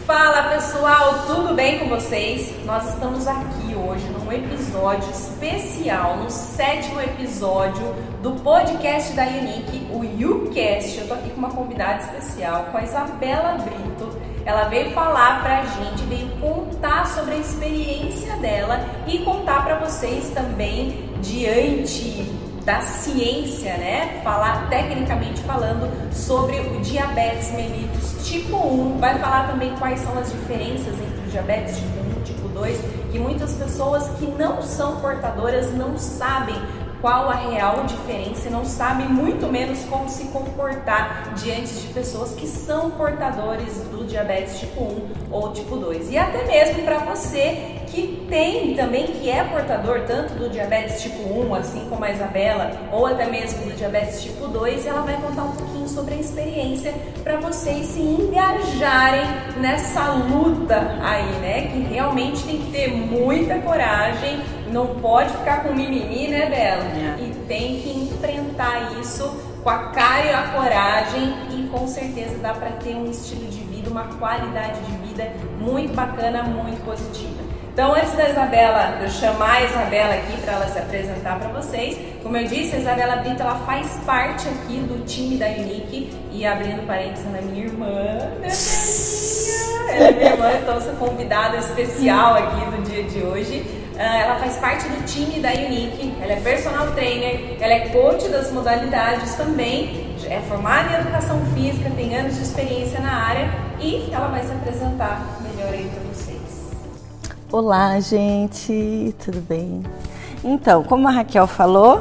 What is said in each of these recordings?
Fala pessoal, tudo bem com vocês? Nós estamos aqui hoje num episódio especial, no 7º episódio do podcast da Unique, o YouCast. Eu tô aqui com uma convidada especial, com a Isabela Brito. Ela veio falar pra gente, veio contar sobre a experiência dela e contar pra vocês também diante da ciência, né? Falar tecnicamente falando sobre o diabetes mellitus tipo 1. Vai falar também quais são as diferenças entre o diabetes tipo 1 e tipo 2, que muitas pessoas que não são portadoras não sabem qual a real diferença, não sabem muito menos como se comportar diante de pessoas que são portadores do diabetes tipo 1 ou tipo 2. E até mesmo para você que tem também, que é portador tanto do diabetes tipo 1, assim como a Isabela, ou até mesmo do diabetes tipo 2, ela vai contar um pouquinho sobre a experiência para vocês se engajarem nessa luta aí, né? Que realmente tem que ter muita coragem, não pode ficar com mimimi, né, Bela? E tem que enfrentar isso com a cara e a coragem e com certeza dá para ter um estilo de vida, uma qualidade de vida muito bacana, muito positiva. Então, antes da Isabela, de eu chamar a Isabela aqui para ela se apresentar para vocês, como eu disse, a Isabela Brito, ela faz parte aqui do time da Unique, e abrindo parênteses, ela é minha irmã, né, Belinha? Ela é minha irmã, então sou convidada especial aqui no dia de hoje. Ela faz parte do time da Unique, ela é personal trainer, ela é coach das modalidades também, é formada em educação física, tem anos de experiência na área e ela vai se apresentar melhor aí para vocês. Olá, gente, tudo bem? Então, como a Raquel falou,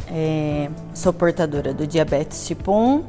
sou portadora do diabetes tipo 1,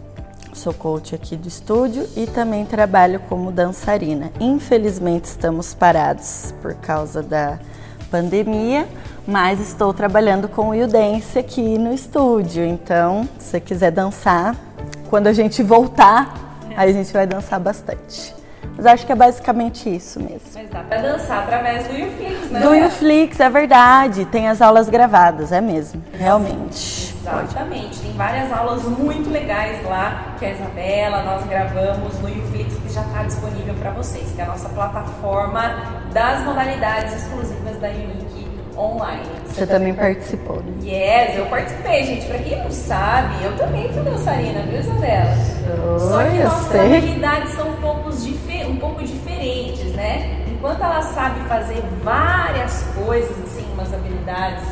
sou coach aqui do estúdio e também trabalho como dançarina. Infelizmente estamos parados por causa da pandemia, mas estou trabalhando com o YouDance aqui no estúdio. Então, se você quiser dançar, quando a gente voltar, aí a gente vai dançar bastante. Mas acho que é basicamente isso mesmo. Mas dá pra dançar através do YouFlix, né? Do YouFlix, é verdade. Tem as aulas gravadas, é mesmo. Realmente. Exatamente. Tem várias aulas muito legais lá que a Isabela, nós gravamos no YouFlix, que já está disponível para vocês, que é a nossa plataforma das modalidades exclusivas da Unique online. Você também participou, né? Yes, eu participei, gente. Pra quem não sabe, eu também fui dançarina, viu, Isabela? Só que nossas habilidades são um pouco diferentes, né? Enquanto ela sabe fazer várias coisas, assim, umas habilidades,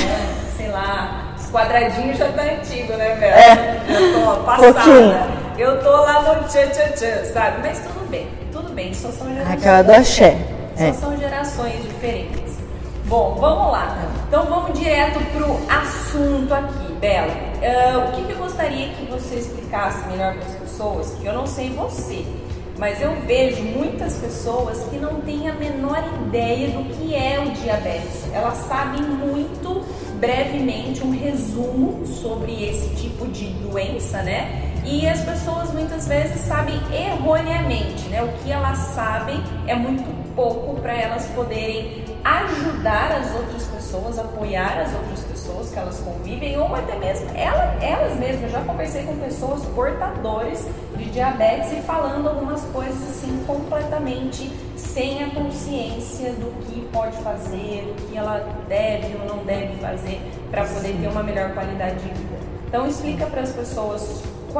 sei lá, os quadradinhos já tá antigo, né, Bela? Eu tô passada. Eu tô lá no tchã, sabe? Mas tudo bem, só são gerações. Aquela do axé. Só são gerações diferentes. Bom, vamos lá. Então vamos direto pro assunto aqui, Bela. O que eu gostaria que você explicasse melhor para as pessoas, que eu não sei você, mas eu vejo muitas pessoas que não têm a menor ideia do que é o diabetes. Elas sabem muito brevemente um resumo sobre esse tipo de doença, né? E as pessoas muitas vezes sabem erroneamente, né? O que elas sabem é muito pouco para elas poderem ajudar as outras pessoas, apoiar as outras pessoas que elas convivem, ou até mesmo elas mesmas. Eu já conversei com pessoas portadores de diabetes e falando algumas coisas assim completamente sem a consciência do que pode fazer, do que ela deve ou não deve fazer para poder ter uma melhor qualidade de vida. Então explica para as pessoas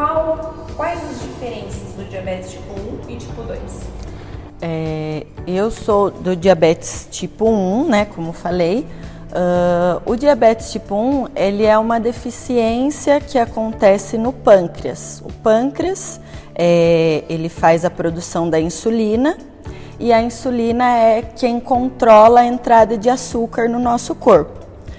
quais as diferenças do diabetes tipo 1 e tipo 2. Eu sou do diabetes tipo 1, né, como falei. O diabetes tipo 1, ele é uma deficiência que acontece no pâncreas. O pâncreas, ele faz a produção da insulina, e a insulina é quem controla a entrada de açúcar no nosso corpo.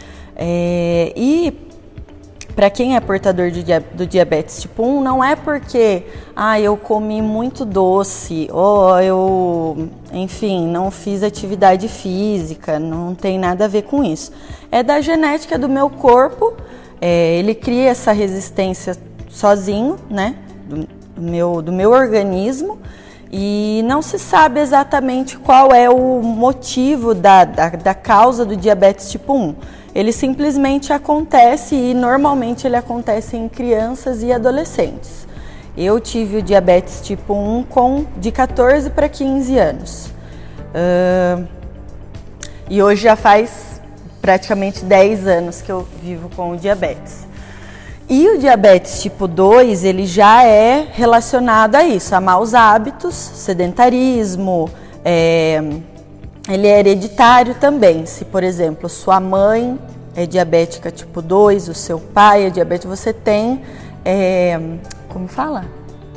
E para quem é portador do diabetes tipo 1, não é porque eu comi muito doce ou eu, enfim, não fiz atividade física, não tem nada a ver com isso. É da genética do meu corpo, ele cria essa resistência sozinho, né, do meu organismo, e não se sabe exatamente qual é o motivo da causa do diabetes tipo 1. Ele simplesmente acontece e normalmente ele acontece em crianças e adolescentes. Eu tive o diabetes tipo 1 de 14 para 15 anos. E hoje já faz praticamente 10 anos que eu vivo com o diabetes. E o diabetes tipo 2, ele já é relacionado a isso, a maus hábitos, sedentarismo, ele é hereditário também. Se, por exemplo, sua mãe é diabética tipo 2, o seu pai é diabético, você tem, como fala?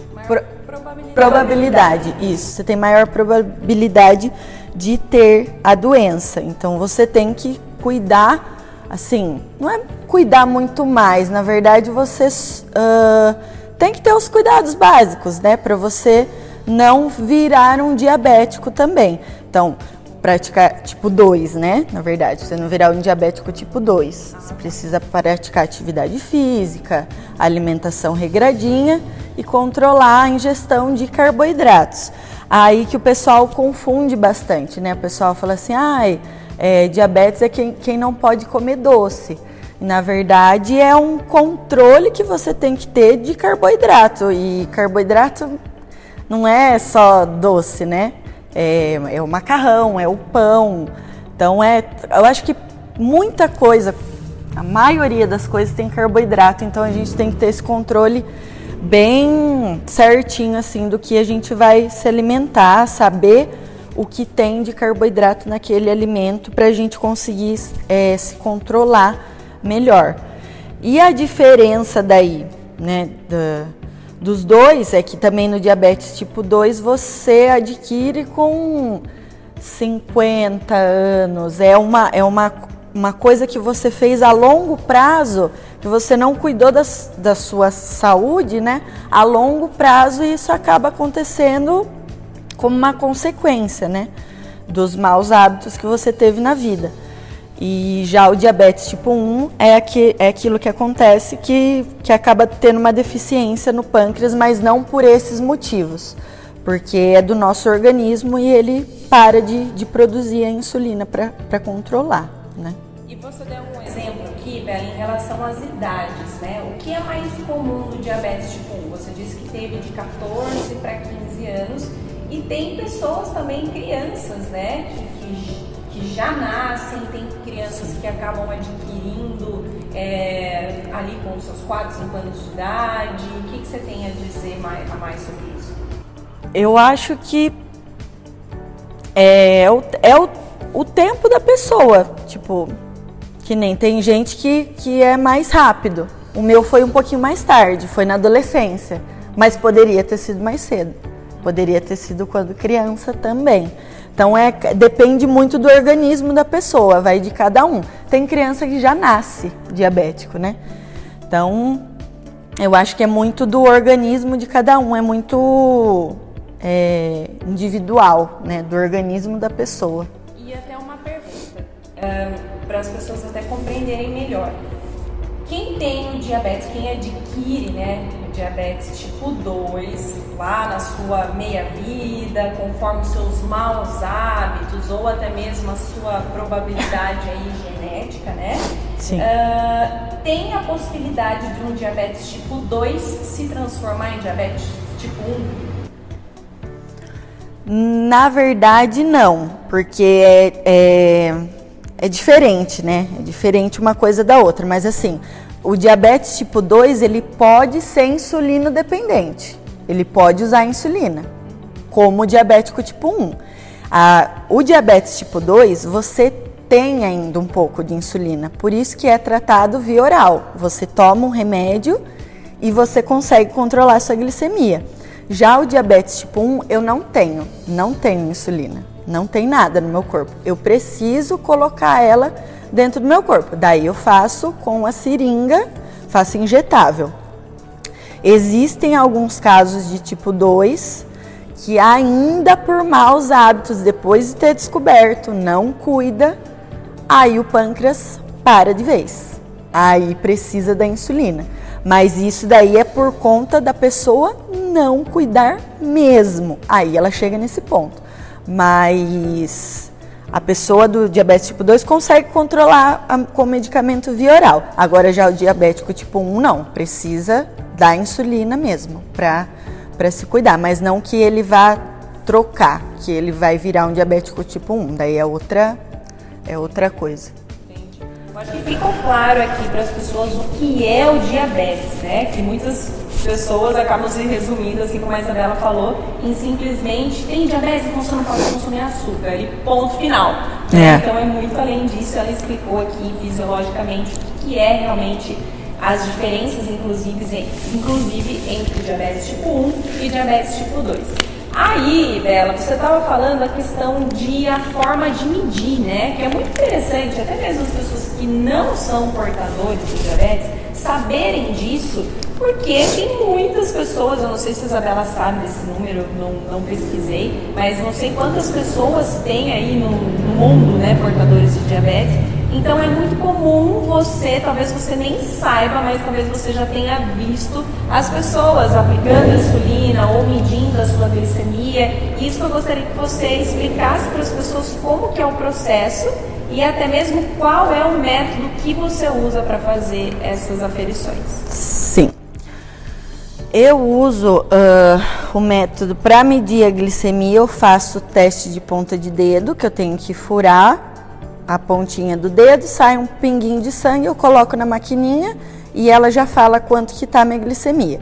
Probabilidade, isso. Você tem maior probabilidade de ter a doença. Então, você tem que cuidar, assim, não é cuidar muito mais, na verdade, você tem que ter os cuidados básicos, né, para você não virar um diabético também. Então, praticar tipo 2, né? Na verdade, você não virar um diabético tipo 2. Você precisa praticar atividade física, alimentação regradinha e controlar a ingestão de carboidratos. Aí que o pessoal confunde bastante, né? O pessoal fala assim, diabetes é quem não pode comer doce. E, na verdade, é um controle que você tem que ter de carboidrato. E carboidrato não é só doce, né? É o macarrão, é o pão. Então, eu acho que muita coisa, a maioria das coisas tem carboidrato, então a gente tem que ter esse controle bem certinho, assim, do que a gente vai se alimentar, saber o que tem de carboidrato naquele alimento para a gente conseguir se controlar melhor. E a diferença daí, né, dos dois é que também no diabetes tipo 2 você adquire com 50 anos. É uma coisa que você fez a longo prazo, que você não cuidou da sua saúde, né? A longo prazo, e isso acaba acontecendo como uma consequência, né? Dos maus hábitos que você teve na vida. E já o diabetes tipo 1 é aquilo que acontece que acaba tendo uma deficiência no pâncreas, mas não por esses motivos, porque é do nosso organismo e ele para de produzir a insulina para controlar, né? E você deu um exemplo aqui, Bela, em relação às idades, né? O que é mais comum no diabetes tipo 1? Você disse que teve de 14 para 15 anos e tem pessoas também, crianças, né? Que já nascem, tem crianças que acabam adquirindo ali com os seus 4, 5 anos de idade. O que você tem a dizer a mais sobre isso? Eu acho que o tempo da pessoa, tipo, que nem tem gente que é mais rápido. O meu foi um pouquinho mais tarde, foi na adolescência, mas poderia ter sido mais cedo. Poderia ter sido quando criança também. Então, depende muito do organismo da pessoa, vai de cada um. Tem criança que já nasce diabético, né? Então, eu acho que é muito do organismo de cada um, é muito individual, né? Do organismo da pessoa. E até uma pergunta, para as pessoas até compreenderem melhor. Quem tem o diabetes, quem adquire, né, o diabetes tipo 2, lá na sua meia-vida, conforme os seus maus hábitos ou até mesmo a sua probabilidade aí genética, né? Sim. Tem a possibilidade de um diabetes tipo 2 se transformar em diabetes tipo 1? Na verdade, não, porque é diferente, né? É diferente uma coisa da outra, mas assim, o diabetes tipo 2, ele pode ser insulino dependente. Ele pode usar insulina, como o diabético tipo 1. O diabetes tipo 2, você tem ainda um pouco de insulina, por isso que é tratado via oral. Você toma um remédio e você consegue controlar a sua glicemia. Já o diabetes tipo 1, eu não tenho insulina. Não tem nada no meu corpo. Eu preciso colocar ela dentro do meu corpo. Daí eu faço com a seringa, faço injetável. Existem alguns casos de tipo 2 que ainda por maus hábitos, depois de ter descoberto, não cuida, aí o pâncreas para de vez. Aí precisa da insulina. Mas isso daí é por conta da pessoa não cuidar mesmo. Aí ela chega nesse ponto. Mas a pessoa do diabetes tipo 2 consegue controlar com medicamento via oral. Agora já o diabético tipo 1 não, precisa da insulina mesmo para para se cuidar, mas não que ele vá trocar, que ele vai virar um diabético tipo 1, daí é outra coisa. Entendi. Eu acho que ficou claro aqui para as pessoas o que é o diabetes, né? Que muitas pessoas acabam se resumindo, assim como a Isabela falou, em simplesmente tem diabetes, então você não pode consumir açúcar, e ponto final. Então é muito além disso, ela explicou aqui fisiologicamente o que é realmente as diferenças, inclusive entre diabetes tipo 1 e diabetes tipo 2. Aí, Bela, você estava falando a questão a forma de medir, né? Que é muito interessante, até mesmo as pessoas que não são portadores de diabetes saberem disso, porque tem muitas pessoas, eu não sei se a Isabela sabe desse número, não pesquisei, mas não sei quantas pessoas tem aí no mundo, né, portadores de diabetes. Então é muito comum talvez você nem saiba, mas talvez você já tenha visto as pessoas aplicando insulina ou medindo a sua glicemia. Isso eu gostaria que você explicasse para as pessoas como que é o processo e até mesmo qual é o método que você usa para fazer essas aferições. Sim. Eu uso o método para medir a glicemia, eu faço teste de ponta de dedo, que eu tenho que furar a pontinha do dedo, sai um pinguinho de sangue, eu coloco na maquininha e ela já fala quanto que tá a minha glicemia.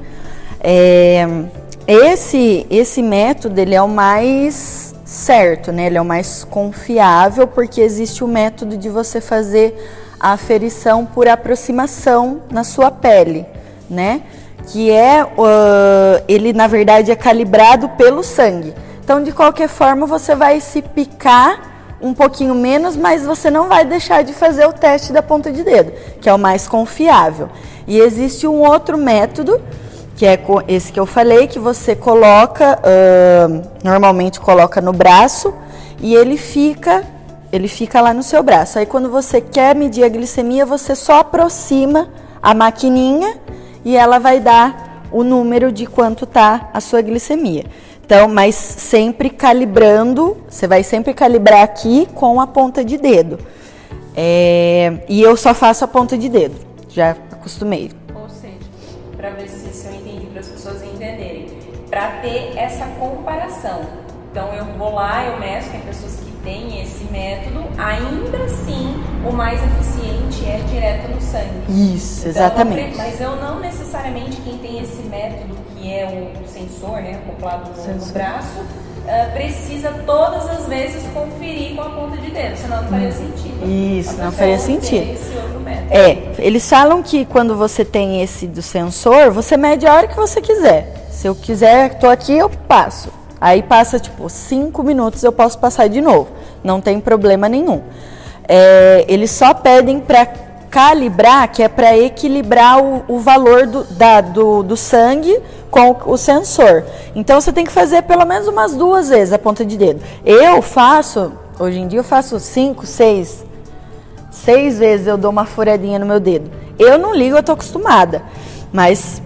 Esse método, ele é o mais certo, né? Ele é o mais confiável, porque existe o método de você fazer a aferição por aproximação na sua pele, né? Que ele na verdade é calibrado pelo sangue. Então, de qualquer forma, você vai se picar um pouquinho menos, mas você não vai deixar de fazer o teste da ponta de dedo, que é o mais confiável. E existe um outro método, que é esse que eu falei, que você coloca, normalmente coloca no braço, e ele fica lá no seu braço. Aí quando você quer medir a glicemia, você só aproxima a maquininha e ela vai dar o número de quanto tá a sua glicemia. Então, mas sempre calibrando, você vai sempre calibrar aqui com a ponta de dedo. E eu só faço a ponta de dedo, já acostumei. Ou seja, para ver se eu entendi, para as pessoas entenderem, para ter essa comparação. Então, eu vou lá, eu meço, tem pessoas que têm esse método, ainda assim, o mais eficiente é direto no sangue. Isso, exatamente. Mas eu não necessariamente, quem tem esse método, que é o sensor, né, acoplado no braço, precisa todas as vezes conferir com a ponta de dedo, senão não faria sentido. Isso, não faria sentido. Esse outro método. Eles falam que quando você tem esse do sensor, você mede a hora que você quiser. Se eu quiser, tô aqui, eu passo. Aí passa tipo 5 minutos, eu posso passar de novo. Não tem problema nenhum. Eles só pedem para calibrar, que é para equilibrar o valor do sangue com o sensor. Então você tem que fazer pelo menos umas 2 vezes a ponta de dedo. Hoje em dia eu faço 5, 6 vezes eu dou uma furadinha no meu dedo. Eu não ligo, eu tô acostumada. Mas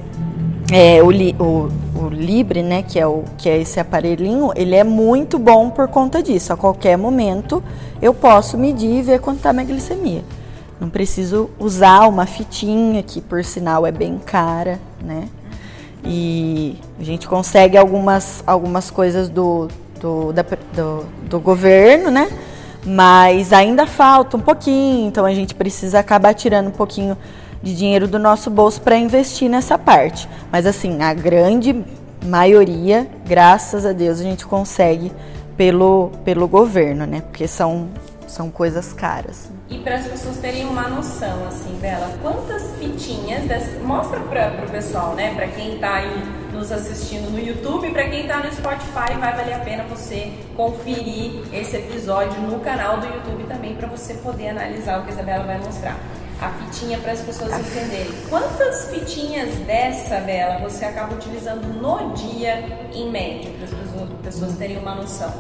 o Libre, né, que é esse aparelhinho, ele é muito bom por conta disso. A qualquer momento eu posso medir e ver quanto tá a minha glicemia. Não preciso usar uma fitinha, que por sinal é bem cara, né? E a gente consegue algumas coisas do governo, né? Mas ainda falta um pouquinho, então a gente precisa acabar tirando um pouquinho de dinheiro do nosso bolso para investir nessa parte. Mas assim, a grande maioria, graças a Deus, a gente consegue pelo governo, né? Porque são coisas caras. E para as pessoas terem uma noção, assim, Bela, quantas fitinhas, mostra para o pessoal, né? Para quem está aí nos assistindo no YouTube e para quem está no Spotify, vai valer a pena você conferir esse episódio no canal do YouTube também, para você poder analisar o que a Isabela vai mostrar. A fitinha para as pessoas entenderem. Quantas fitinhas dessa, Bela, você acaba utilizando no dia, em média, para as pessoas terem uma noção?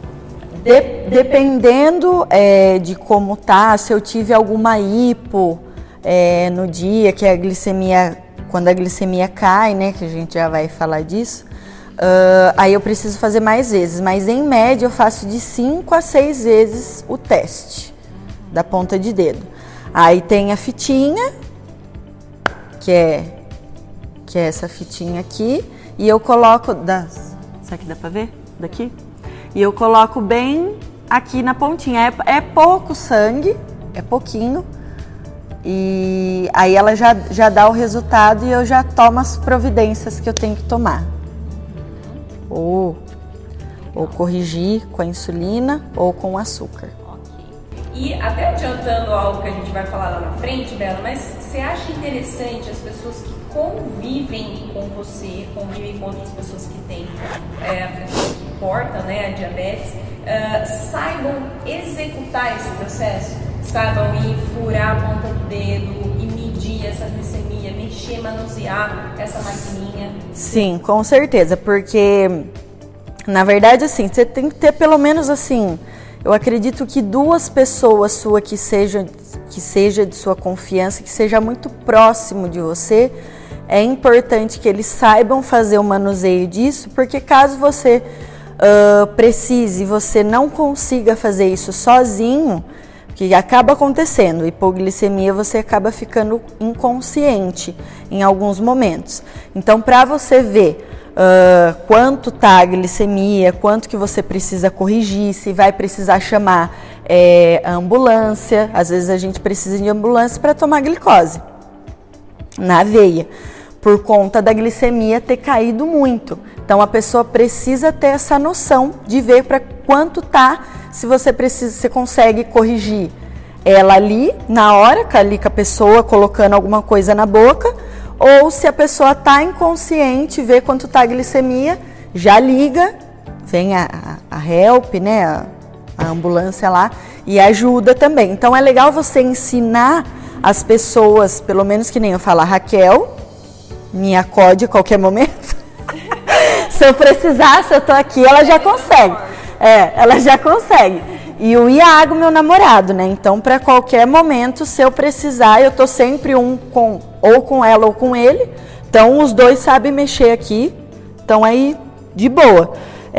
Dependendo de como tá, se eu tive alguma hipo no dia, que a glicemia, quando a glicemia cai, né, que a gente já vai falar disso, aí eu preciso fazer mais vezes, mas em média eu faço de 5 a 6 vezes o teste da ponta de dedo. Aí tem a fitinha, que é essa fitinha aqui, e eu coloco... Será que dá pra ver? Daqui? E eu coloco bem aqui na pontinha. É pouco sangue, é pouquinho. E aí ela já dá o resultado e eu já tomo as providências que eu tenho que tomar. Ou corrigir com a insulina ou com o açúcar. E até adiantando algo que a gente vai falar lá na frente, Bela, mas você acha interessante as pessoas que convivem com você, convivem com outras pessoas que têm, que portam, né, a diabetes, saibam executar esse processo? Saibam ir furar a ponta do dedo e medir essa glicemia, mexer, manusear essa maquininha? Sim, com certeza, porque na verdade assim, você tem que ter pelo menos assim, eu acredito que 2 pessoas suas que seja de sua confiança, que seja muito próximo de você, é importante que eles saibam fazer o manuseio disso, porque caso você precise, você não consiga fazer isso sozinho, que acaba acontecendo, hipoglicemia, você acaba ficando inconsciente em alguns momentos. Então, para você ver quanto tá a glicemia, quanto que você precisa corrigir, se vai precisar chamar a ambulância, às vezes a gente precisa de ambulância para tomar glicose na veia, por conta da glicemia ter caído muito. Então a pessoa precisa ter essa noção de ver para quanto tá, se você consegue corrigir ela ali na hora, ali com a pessoa colocando alguma coisa na boca, ou se a pessoa tá inconsciente, vê quanto tá a glicemia, já liga, vem a help, né, a ambulância lá, e ajuda também. Então é legal você ensinar as pessoas, pelo menos que nem eu falo, a Raquel me acode a qualquer momento. Se eu precisar, se eu tô aqui, ela já consegue. Ela já consegue. E o Iago, meu namorado, né? Então, para qualquer momento, se eu precisar, eu tô sempre ou com ela ou com ele. Então, os dois sabem mexer aqui. Então, aí, de boa.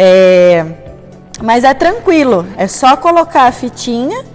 Mas é tranquilo. É só colocar a fitinha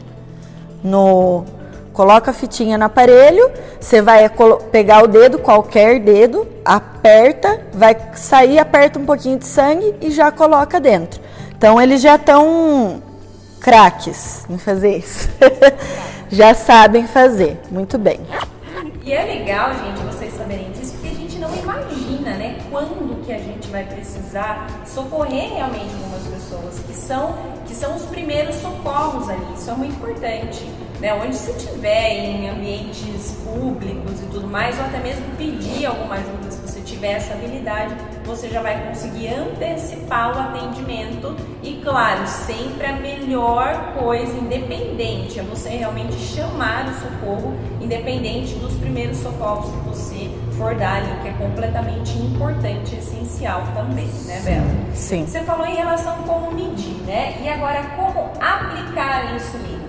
Coloca a fitinha no aparelho, você vai pegar o dedo, qualquer dedo, aperta, vai sair, aperta um pouquinho de sangue e já coloca dentro. Então, eles já estão craques em fazer isso. Já sabem fazer, muito bem. E é legal, gente, vocês saberem disso, porque a gente não imagina, né, quando que a gente vai precisar socorrer realmente algumas pessoas que são os primeiros socorros ali. Isso é muito importante, né? Onde você estiver em ambientes públicos e tudo mais, ou até mesmo pedir alguma ajuda, se você tiver essa habilidade, você já vai conseguir antecipar o atendimento. E claro, sempre a melhor coisa, independente, é você realmente chamar o socorro, independente dos primeiros socorros que você for dar ali, que é completamente importante, essencial também, né, Bela? Sim. Você falou em relação com como medir, né? E agora, como aplicar a insulina?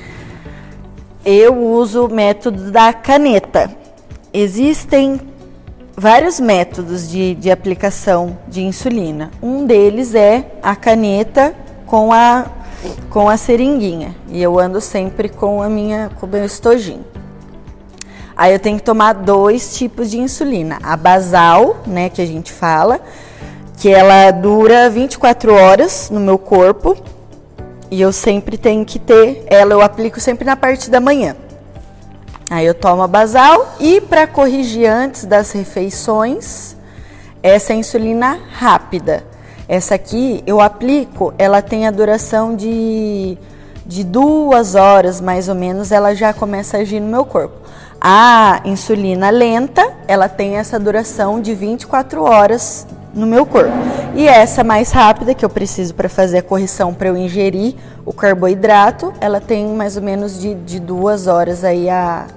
Eu uso o método da caneta. Existem vários métodos de aplicação de insulina. Um deles é a caneta com a seringuinha. E eu ando sempre com o meu estojinho. Aí eu tenho que tomar 2 tipos de insulina. A basal, né, que a gente fala, que ela dura 24 horas no meu corpo. E eu sempre tenho que ter ela, eu aplico sempre na parte da manhã. Aí eu tomo a basal e para corrigir antes das refeições, essa é a insulina rápida. Essa aqui eu aplico, ela tem a duração de 2 horas mais ou menos, ela já começa a agir no meu corpo. A insulina lenta, ela tem essa duração de 24 horas no meu corpo. E essa mais rápida, que eu preciso para fazer a correção para eu ingerir o carboidrato, ela tem mais ou menos de 2 horas aí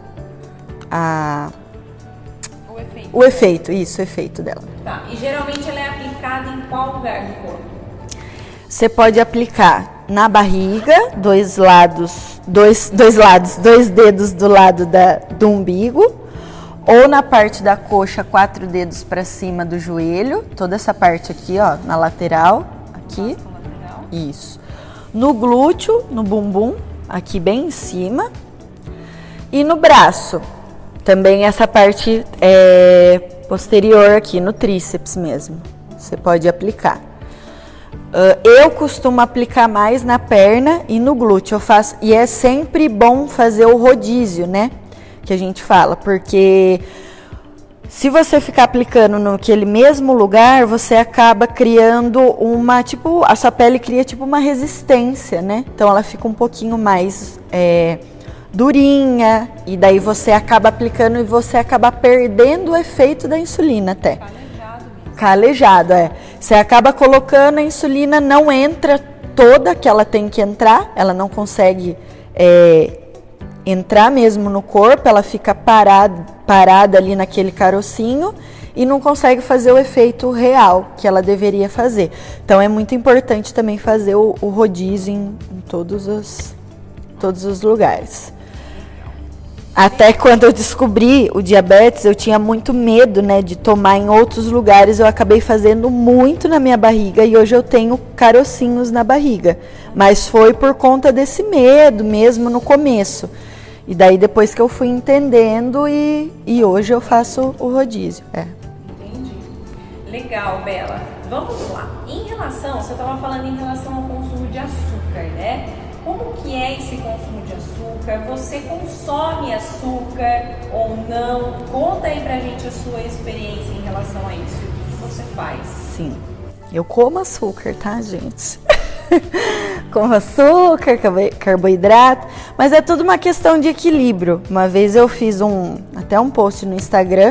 o efeito dela. Tá, e geralmente ela é aplicada em qual lugar do corpo? Você pode aplicar na barriga, 2 dedos do lado do umbigo, ou na parte da coxa, 4 dedos para cima do joelho, toda essa parte aqui, ó, na lateral, aqui, isso. No glúteo, no bumbum, aqui bem em cima, e no braço, também essa parte posterior aqui no tríceps mesmo. Você pode aplicar. Eu costumo aplicar mais na perna e no glúteo. Eu faço, e é sempre bom fazer o rodízio, né? Que a gente fala, porque se você ficar aplicando naquele mesmo lugar, você acaba criando uma, tipo, a sua pele cria tipo uma resistência, né? Então ela fica um pouquinho mais durinha, e daí você acaba aplicando e você acaba perdendo o efeito da insulina até. Calejado, é. Você acaba colocando a insulina, não entra toda que ela tem que entrar, ela não consegue entrar mesmo no corpo, ela fica parada ali naquele carocinho e não consegue fazer o efeito real que ela deveria fazer. Então é muito importante também fazer o rodízio em todos os lugares. Até quando eu descobri o diabetes, eu tinha muito medo, né, de tomar em outros lugares. Eu acabei fazendo muito na minha barriga e hoje eu tenho carocinhos na barriga. Mas foi por conta desse medo mesmo no começo. E daí depois que eu fui entendendo e hoje eu faço o rodízio. Entendi. Legal, Bela. Vamos lá. Em relação, você estava falando em relação ao consumo de açúcar, né? Como que é esse consumo de açúcar? Você consome açúcar ou não? Conta aí pra gente a sua experiência em relação a isso. O que você faz? Sim, eu como açúcar, tá, gente? Como açúcar, carboidrato, mas é tudo uma questão de equilíbrio. Uma vez eu fiz até um post no Instagram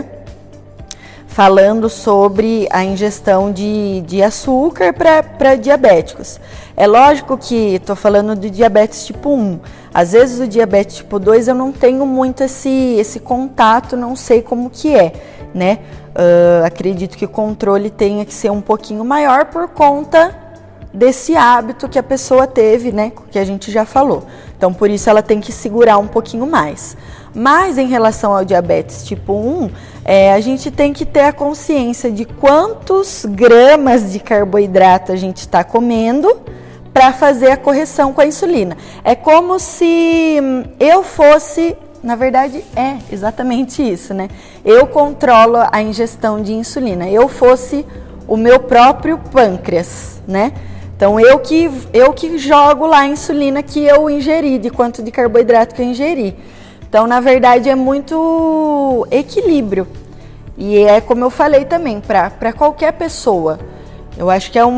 falando sobre a ingestão de açúcar para diabéticos. É lógico que estou falando de diabetes tipo 1. Às vezes o diabetes tipo 2 eu não tenho muito esse contato, não sei como que é, né? Acredito que o controle tenha que ser um pouquinho maior por conta desse hábito que a pessoa teve, né? Que a gente já falou. Então, por isso ela tem que segurar um pouquinho mais. Mas em relação ao diabetes tipo 1, a gente tem que ter a consciência de quantos gramas de carboidrato a gente está comendo para fazer a correção com a insulina. É como se eu fosse, na verdade é exatamente isso, né? Eu controlo a ingestão de insulina, eu fosse o meu próprio pâncreas, né? Então eu que jogo lá a insulina que eu ingeri, de quanto de carboidrato que eu ingeri. Então, na verdade, é muito equilíbrio. E é como eu falei também, para qualquer pessoa. Eu acho que é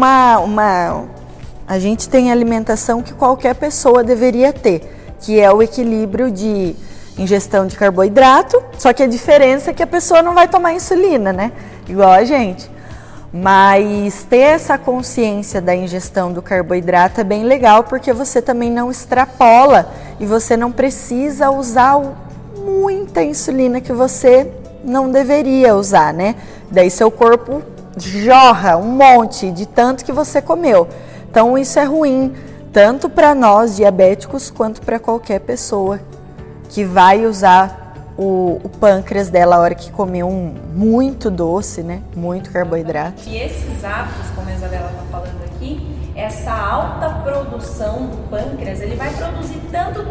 a gente tem alimentação que qualquer pessoa deveria ter, que é o equilíbrio de ingestão de carboidrato, só que a diferença é que a pessoa não vai tomar insulina, né? Igual a gente. Mas ter essa consciência da ingestão do carboidrato é bem legal, porque você também não extrapola e você não precisa usar muita insulina que você não deveria usar, né? Daí seu corpo jorra um monte de tanto que você comeu. Então isso é ruim, tanto para nós diabéticos quanto para qualquer pessoa que vai usar o pâncreas dela a hora que comeu muito doce, né? Muito carboidrato. E esses hábitos, como a Isabela está falando aqui, essa alta produção do pâncreas, ele vai produzir tanto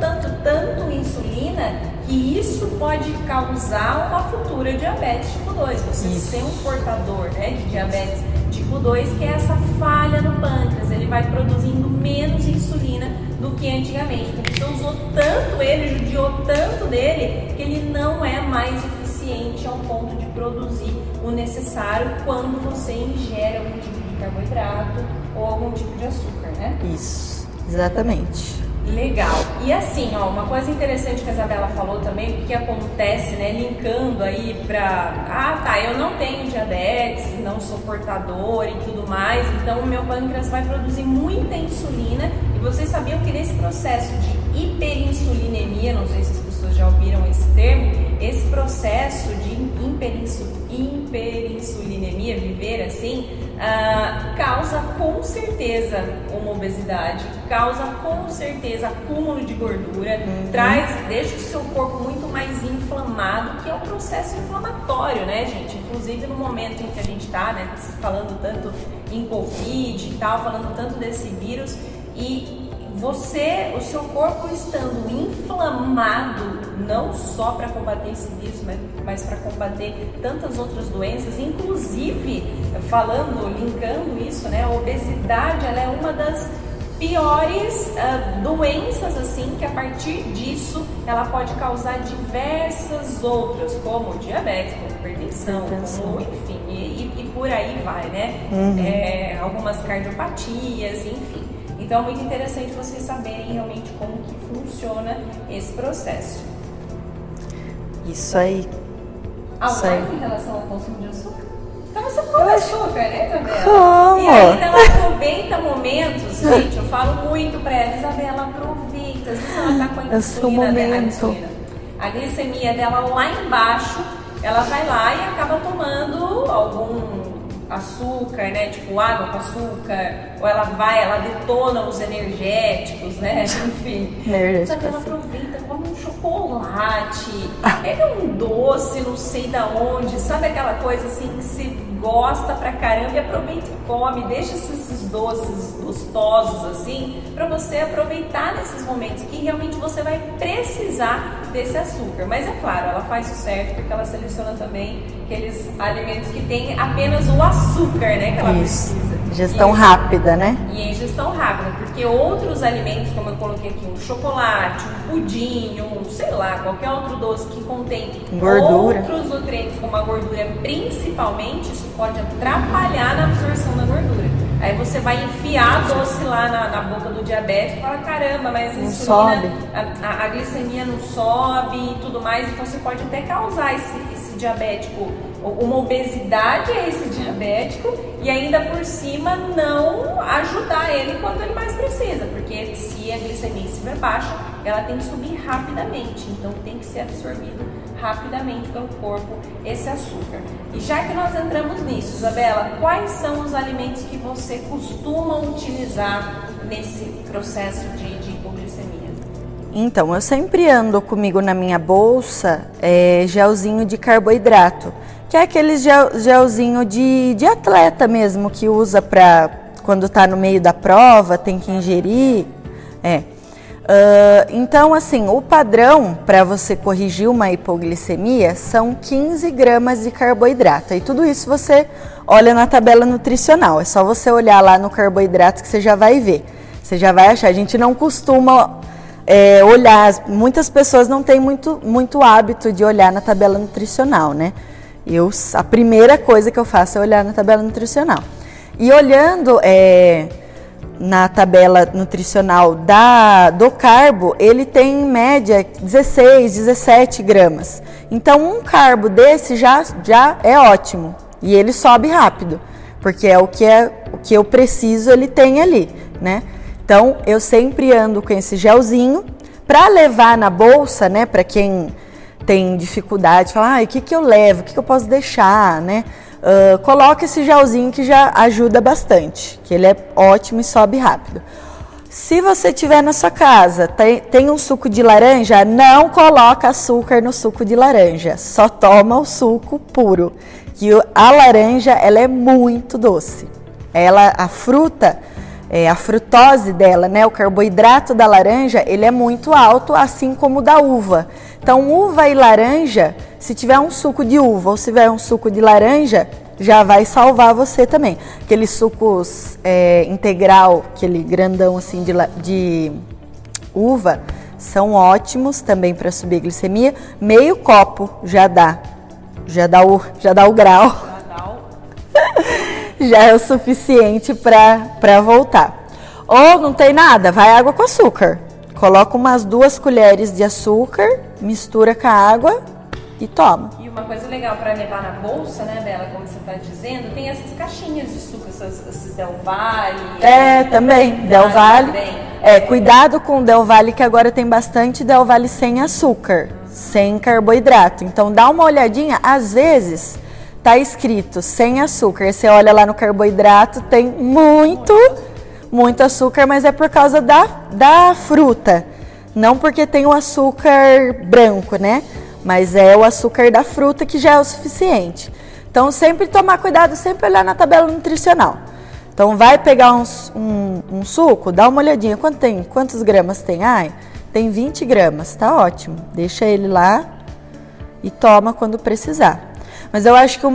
insulina que isso pode causar uma futura diabetes tipo 2. Você ser um portador, né, de diabetes tipo 2, que é essa falha no pâncreas, ele vai produzindo menos insulina do que antigamente, porque você usou tanto ele, judiou tanto dele, que ele não é mais eficiente ao ponto de produzir o necessário quando você ingere algum tipo de carboidrato ou algum tipo de açúcar, né? Isso, exatamente. Legal. E assim, ó, uma coisa interessante que a Isabela falou também, o que acontece, né, linkando aí pra... eu não tenho diabetes, não sou portador e tudo mais, então o meu pâncreas vai produzir muita insulina. E vocês sabiam que nesse processo de hiperinsulinemia, não sei se as pessoas já ouviram esse termo, esse processo de hiperinsulinemia, viver assim, causa com certeza uma obesidade, causa com certeza acúmulo de gordura, deixa o seu corpo muito mais inflamado, que é um processo inflamatório, né, gente? Inclusive no momento em que a gente tá, né, falando tanto em Covid e tal, falando tanto desse vírus, e o seu corpo estando inflamado, não só para combater esse vírus, mas para combater tantas outras doenças, inclusive, linkando isso, né, a obesidade, ela é uma das piores doenças, assim, que a partir disso ela pode causar diversas outras, como diabetes, como hipertensão, como, enfim, e por aí vai, né? Algumas cardiopatias, enfim. Então é muito interessante vocês saberem realmente como que funciona esse processo. Isso aí. Algo mais em relação ao consumo de açúcar? Então você come açúcar, né, Isabela? Como? E ainda ela aproveita momentos, gente, eu falo muito pra ela, Isabela, aproveita, às vezes ela tá com a glicemia dela lá embaixo, ela vai lá e acaba tomando algum açúcar, né, tipo água com açúcar, ou ela detona os energéticos, né, enfim. Só que ela aproveita, come um chocolate, pega um doce, não sei da onde, sabe aquela coisa assim que se gosta pra caramba e aproveita e come, deixa esses doces gostosos assim, pra você aproveitar nesses momentos que realmente você vai precisar desse açúcar. Mas é claro, ela faz o certo porque ela seleciona também aqueles alimentos que tem apenas o açúcar, né, que ela precisa. Ingestão rápida, né? E ingestão rápida, porque outros alimentos, como eu coloquei aqui, um chocolate, um pudim, sei lá, qualquer outro doce que contém gordura, outros nutrientes, como a gordura principalmente, isso pode atrapalhar na absorção da gordura. Aí você vai enfiar doce lá na boca do diabético e fala, caramba, mas a glicemia não sobe e tudo mais, então você pode até causar esse diabético, uma obesidade a esse diabético e ainda por cima não ajudar ele quando ele mais precisa, porque se a glicemia estiver baixa, ela tem que subir rapidamente, então tem que ser absorvido rapidamente pelo corpo esse açúcar. E já que nós entramos nisso, Isabela, quais são os alimentos que você costuma utilizar nesse processo de hipoglicemia? Então, eu sempre ando comigo na minha bolsa gelzinho de carboidrato, que é aquele gelzinho de atleta mesmo, que usa para quando tá no meio da prova, tem que ingerir. Então, assim, o padrão para você corrigir uma hipoglicemia são 15 gramas de carboidrato. E tudo isso você olha na tabela nutricional. É só você olhar lá no carboidrato que você já vai ver. Você já vai achar. A gente não costuma olhar. Muitas pessoas não têm muito hábito de olhar na tabela nutricional, né? A primeira coisa que eu faço é olhar na tabela nutricional. E olhando na tabela nutricional do carbo, ele tem em média 16, 17 gramas. Então, um carbo desse já é ótimo. E ele sobe rápido, porque é o que eu preciso, ele tem ali, né? Então, eu sempre ando com esse gelzinho para levar na bolsa, né? Para quem tem dificuldade, fala, o que eu levo, o que eu posso deixar, né? Coloca esse gelzinho que já ajuda bastante, que ele é ótimo e sobe rápido. Se você tiver na sua casa, tem um suco de laranja, não coloca açúcar no suco de laranja, só toma o suco puro, que a laranja ela é muito doce. A fruta, a frutose dela, né, o carboidrato da laranja, ele é muito alto, assim como o da uva. Então, uva e laranja, se tiver um suco de uva ou se tiver um suco de laranja, já vai salvar você também. Aqueles sucos integral, aquele grandão assim de uva, são ótimos também para subir a glicemia. Meio copo já dá o grau. Já é o suficiente para voltar. Ou não tem nada, vai água com açúcar. Coloca umas 2 colheres de açúcar, mistura com a água e toma. E uma coisa legal para levar na bolsa, né, Bela, como você está dizendo, tem essas caixinhas de suco, esses Del Valle. Também, Del Valle. Cuidado com o Del Valle, que agora tem bastante Del Valle sem açúcar, sem carboidrato. Então dá uma olhadinha, às vezes tá escrito sem açúcar. Você olha lá no carboidrato, tem muito açúcar, mas é por causa da fruta. Não porque tem o açúcar branco, né? Mas é o açúcar da fruta que já é o suficiente. Então, sempre tomar cuidado, sempre olhar na tabela nutricional. Então vai pegar um suco, dá uma olhadinha, quantas gramas tem? Tem 20 gramas, tá ótimo. Deixa ele lá e toma quando precisar. Mas eu acho que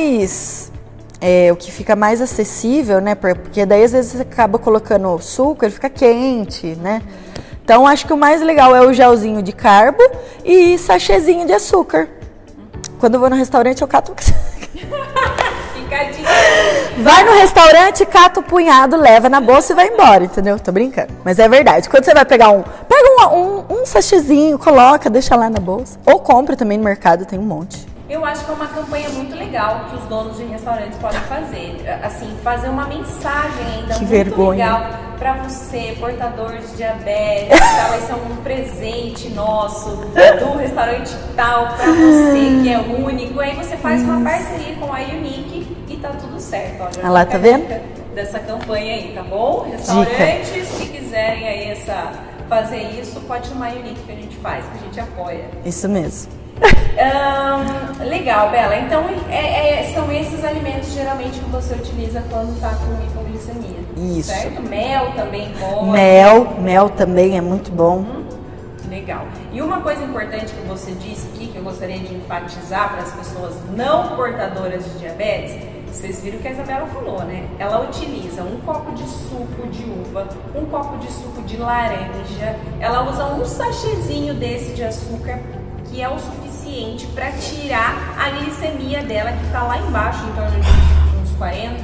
o que fica mais acessível, né? Porque daí às vezes você acaba colocando suco, ele fica quente, né? Então acho que o mais legal é o gelzinho de carbo e sachêzinho de açúcar. Quando eu vou no restaurante eu cato... Vai no restaurante, cata o punhado, leva na bolsa e vai embora, entendeu? Tô brincando. Mas é verdade. Quando você vai pegar pega um sachêzinho, coloca, deixa lá na bolsa. Ou compra também no mercado, tem um monte. Eu acho que é uma campanha muito legal que os donos de restaurantes podem fazer. Assim, fazer uma mensagem ainda muito legal para você, portador de diabetes, tá? Vai ser um presente nosso do restaurante tal para você que é único. Aí você faz uma parceria com a Unique e tá tudo certo. Olha lá, tá vendo? Dessa campanha aí, tá bom? Restaurantes que quiserem aí fazer isso, pode chamar a Unique que a gente faz, que a gente apoia. Isso mesmo. Legal, Bela. Então, são esses alimentos geralmente que você utiliza quando está com hipoglicemia. Isso. Certo? Mel também bom. Mel também é muito bom. Legal. E uma coisa importante que você disse aqui, que eu gostaria de enfatizar para as pessoas não portadoras de diabetes, vocês viram o que a Isabela falou, né? Ela utiliza um copo de suco de uva, um copo de suco de laranja, ela usa um sachêzinho desse de açúcar, que é o suficiente para tirar a glicemia dela, que está lá embaixo, em torno de uns 40.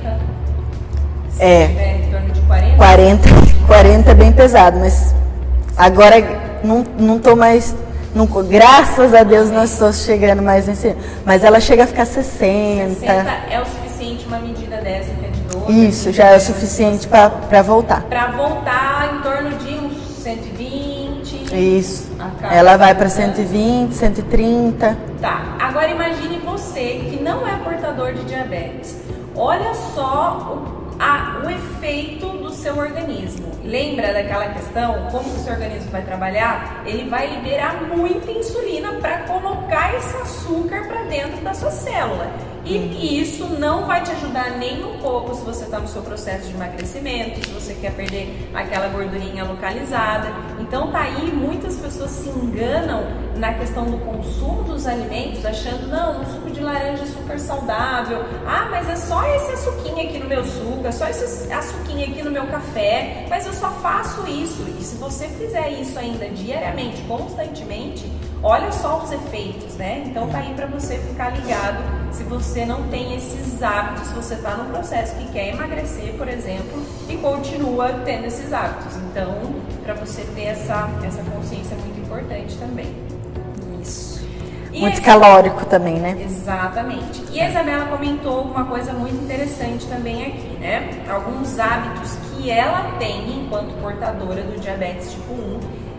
Se tiver em torno de 40. 40 é bem pesado, mas agora não tô mais... graças a Deus não estou chegando mais nesse... Mas ela chega a ficar 60. 60 é o suficiente, uma medida dessa, que é de 12. Isso, já é o suficiente para voltar. Para voltar em torno de uns 120. Isso. Ela vai para 120, 130. Tá. Agora imagine você que não é portador de diabetes. Olha só o efeito do seu organismo. Lembra daquela questão? Como o seu organismo vai trabalhar? Ele vai liberar muita insulina para colocar esse açúcar para dentro da sua célula. E isso não vai te ajudar nem um pouco se você está no seu processo de emagrecimento, se você quer perder aquela gordurinha localizada. Então tá aí, muitas pessoas se enganam na questão do consumo dos alimentos, achando, não, um suco de laranja é super saudável, mas é só esse açuquinho aqui no meu suco, é só esse açuquinho aqui no meu café, mas eu só faço isso. E se você fizer isso ainda diariamente, constantemente, olha só os efeitos, né? Então tá aí para você ficar ligado se você não tem esses hábitos, se você está no processo que quer emagrecer, por exemplo, e continua tendo esses hábitos. Então, para você ter essa consciência é muito importante também. Isso. Muito calórico também, né? Exatamente. E a Isabela comentou uma coisa muito interessante também aqui, né? Alguns hábitos que ela tem enquanto portadora do diabetes tipo 1.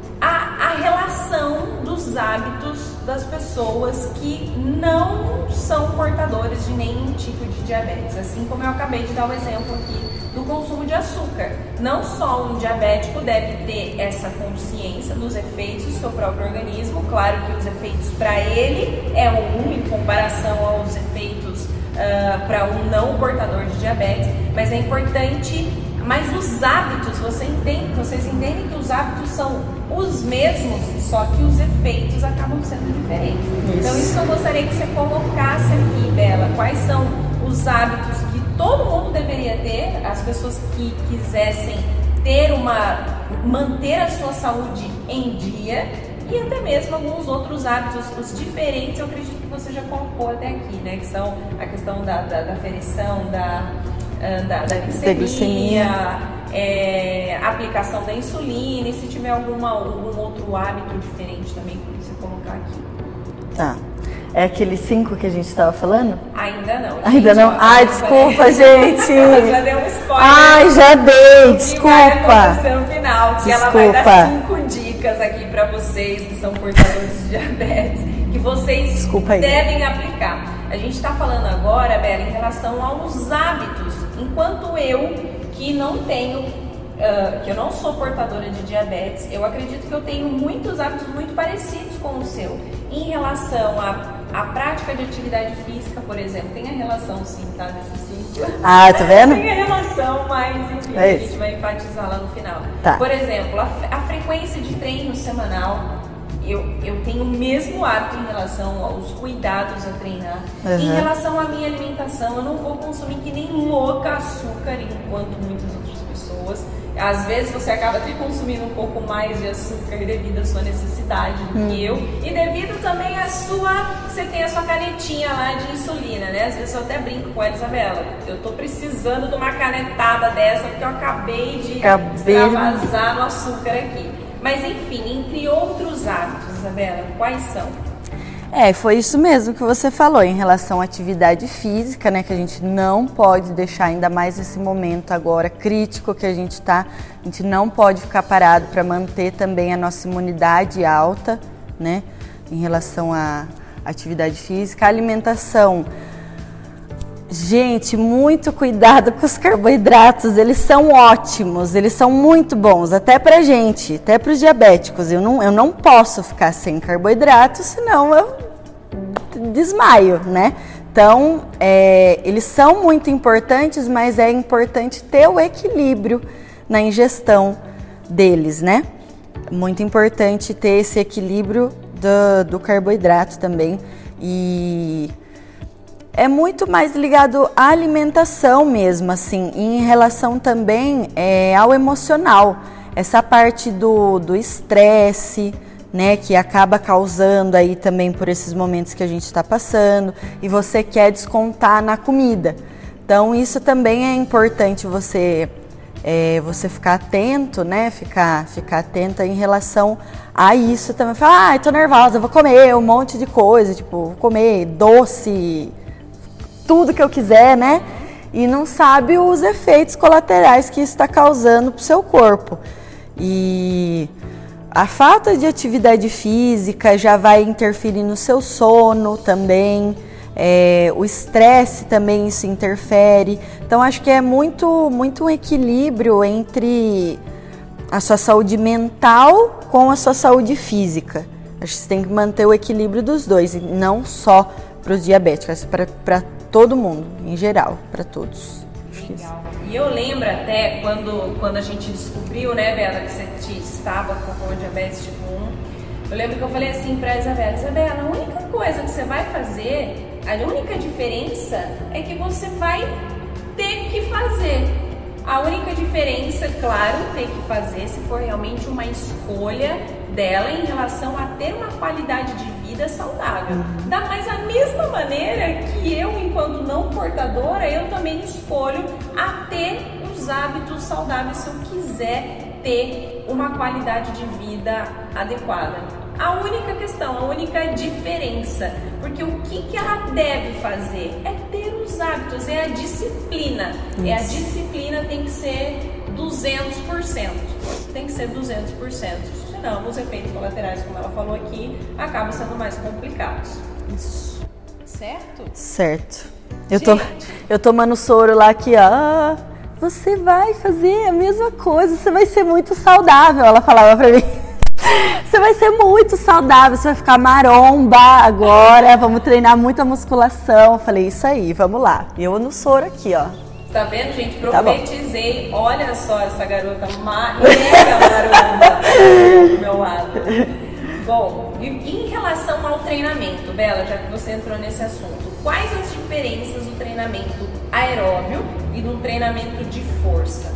A relação dos hábitos das pessoas que não são portadores de nenhum tipo de diabetes, assim como eu acabei de dar o exemplo aqui do consumo de açúcar. Não só um diabético deve ter essa consciência dos efeitos do seu próprio organismo, claro que os efeitos para ele é um em comparação aos efeitos para um não portador de diabetes, mas é importante. Mas os hábitos, vocês entendem que os hábitos são os mesmos, só que os efeitos acabam sendo diferentes. Isso. Então isso que eu gostaria que você colocasse aqui, Bela, quais são os hábitos que todo mundo deveria ter, as pessoas que quisessem manter a sua saúde em dia, e até mesmo alguns outros hábitos, os diferentes, eu acredito que você já colocou até aqui, né? Que são a questão da aferição, da glicemia, aplicação da insulina, e se tiver algum outro hábito diferente também, por você colocar aqui. Tá. É aquele 5 que a gente estava falando? Ainda não. Ainda não? Ai, desculpa, gente. Já deu um spoiler. Ai, já dei, desculpa. Que vai acontecer no final, que ela vai dar 5 dicas aqui para vocês que são portadores de diabetes, que vocês devem aplicar. A gente está falando agora, Bela, em relação aos hábitos. Enquanto eu, que não tenho, que eu não sou portadora de diabetes, eu acredito que eu tenho muitos hábitos muito parecidos com o seu, em relação a a prática de atividade física, por exemplo, tem a relação sim, tá? Nesse ciclo. Ah, tá vendo? Tem a relação, mas enfim, a gente vai enfatizar lá no final. Tá. Por exemplo, a frequência de treino semanal, eu tenho o mesmo hábito em relação aos cuidados a treinar. Em relação à minha alimentação, eu não vou consumir que nem louca açúcar, enquanto muitas outras pessoas. Às vezes você acaba até consumindo um pouco mais de açúcar devido à sua necessidade do que eu. E devido também à você tem a sua canetinha lá de insulina, né? Às vezes eu até brinco com a Isabela. Eu tô precisando de uma canetada dessa porque eu acabei de extravasar no açúcar aqui. Mas enfim, entre outros hábitos, Isabela, quais são? Foi isso mesmo que você falou em relação à atividade física, né? Que a gente não pode deixar, ainda mais nesse momento agora crítico que a gente está, a gente não pode ficar parado para manter também a nossa imunidade alta, né? Em relação à atividade física, a alimentação. Gente, muito cuidado com os carboidratos, eles são ótimos, eles são muito bons, até pra gente, até para os diabéticos. Eu não posso ficar sem carboidratos, senão eu desmaio, né? Então, eles são muito importantes, mas é importante ter o equilíbrio na ingestão deles, né? Muito importante ter esse equilíbrio do carboidrato também. E é muito mais ligado à alimentação mesmo, assim, e em relação também ao emocional. Essa parte do estresse, né, que acaba causando aí também por esses momentos que a gente está passando, e você quer descontar na comida. Então isso também é importante você ficar atento, né, ficar atenta em relação a isso também. Falar, tô nervosa, vou comer um monte de coisa, tipo, vou comer doce, tudo que eu quiser, né? E não sabe os efeitos colaterais que isso está causando para o seu corpo. E a falta de atividade física já vai interferir no seu sono também. O estresse também isso interfere. Então acho que é muito um equilíbrio entre a sua saúde mental com a sua saúde física. Acho que você tem que manter o equilíbrio dos dois, e não só para os diabéticos, para todo mundo, em geral, para todos. Legal. E eu lembro até quando a gente descobriu, né, Bela, que você estava com diabetes tipo 1, eu lembro que eu falei assim para a Isabela, a única coisa que você vai fazer, a única diferença é que você vai ter que fazer. A única diferença, claro, ter que fazer se for realmente uma escolha dela em relação a ter uma qualidade de vida saudável. Mas da mesma maneira que eu, enquanto não portadora, eu também escolho a ter os hábitos saudáveis se eu quiser ter uma qualidade de vida adequada. A única questão, a única diferença, porque o que ela deve fazer é ter os hábitos, é a disciplina. A disciplina tem que ser 200%. Tem que ser 200%. Senão, os efeitos colaterais, como ela falou aqui, acabam sendo mais complicados. Isso. Certo? Certo. Eu tomando soro lá aqui, ó. Você vai fazer a mesma coisa, você vai ser muito saudável, ela falava pra mim. Você vai ser muito saudável, você vai ficar maromba agora, vamos treinar muita musculação. Eu falei, isso aí, vamos lá. Eu no soro aqui, ó. Tá vendo, gente? Profetizei. Tá, olha só essa garota mega maromba do meu lado. Bom, e em relação ao treinamento, Bela, já que você entrou nesse assunto, quais as diferenças do treinamento aeróbio e do treinamento de força?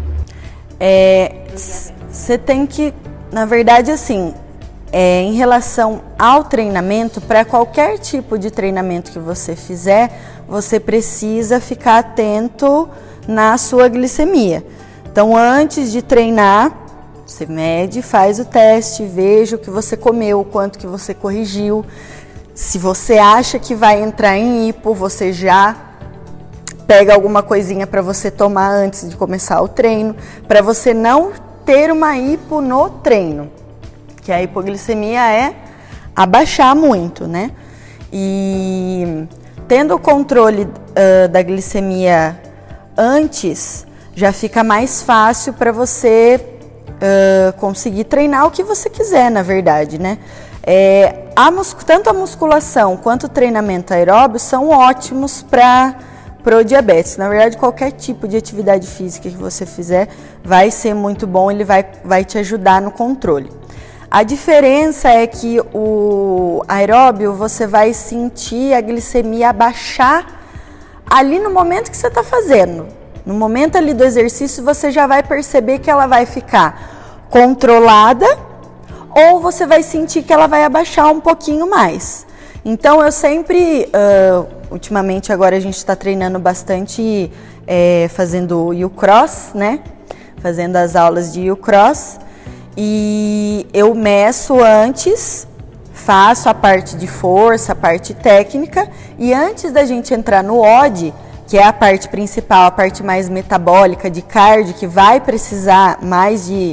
Você tem que, na verdade, assim, em relação ao treinamento, para qualquer tipo de treinamento que você fizer, você precisa ficar atento na sua glicemia. Então, antes de treinar, você mede, faz o teste, veja o que você comeu, o quanto que você corrigiu. Se você acha que vai entrar em hipo, você já pega alguma coisinha para você tomar antes de começar o treino, para você não ter uma hipo no treino, que a hipoglicemia é abaixar muito, né? E tendo o controle da glicemia antes, já fica mais fácil para você conseguir treinar o que você quiser, na verdade, né? tanto a musculação quanto o treinamento aeróbio são ótimos para o diabetes. Na verdade, qualquer tipo de atividade física que você fizer vai ser muito bom, ele vai te ajudar no controle. A diferença é que o aeróbio você vai sentir a glicemia abaixar ali no momento que você está fazendo. No momento ali do exercício você já vai perceber que ela vai ficar controlada ou você vai sentir que ela vai abaixar um pouquinho mais. Então eu sempre, ultimamente agora a gente está treinando bastante fazendo U-Cross, né? Fazendo as aulas de U-Cross. E eu meço antes, faço a parte de força, a parte técnica, e antes da gente entrar no WOD, que é a parte principal, a parte mais metabólica, de cardio, que vai precisar mais de...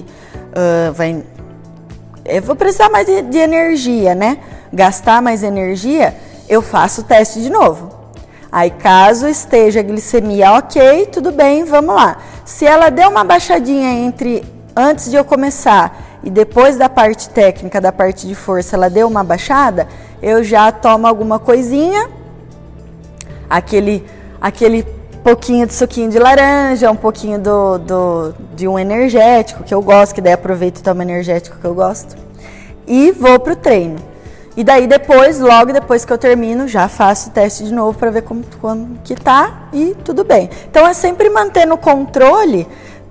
eu vou precisar mais de energia, né? Gastar mais energia, eu faço o teste de novo. Aí caso esteja a glicemia ok, tudo bem, vamos lá. Se ela deu uma baixadinha antes de eu começar e depois da parte técnica, da parte de força, ela deu uma baixada, eu já tomo alguma coisinha, aquele pouquinho de suquinho de laranja, um pouquinho de um energético que eu gosto, que daí aproveito e tomo energético que eu gosto, e vou pro treino. E daí depois, logo depois que eu termino, já faço o teste de novo para ver como que tá e tudo bem. Então é sempre manter no controle,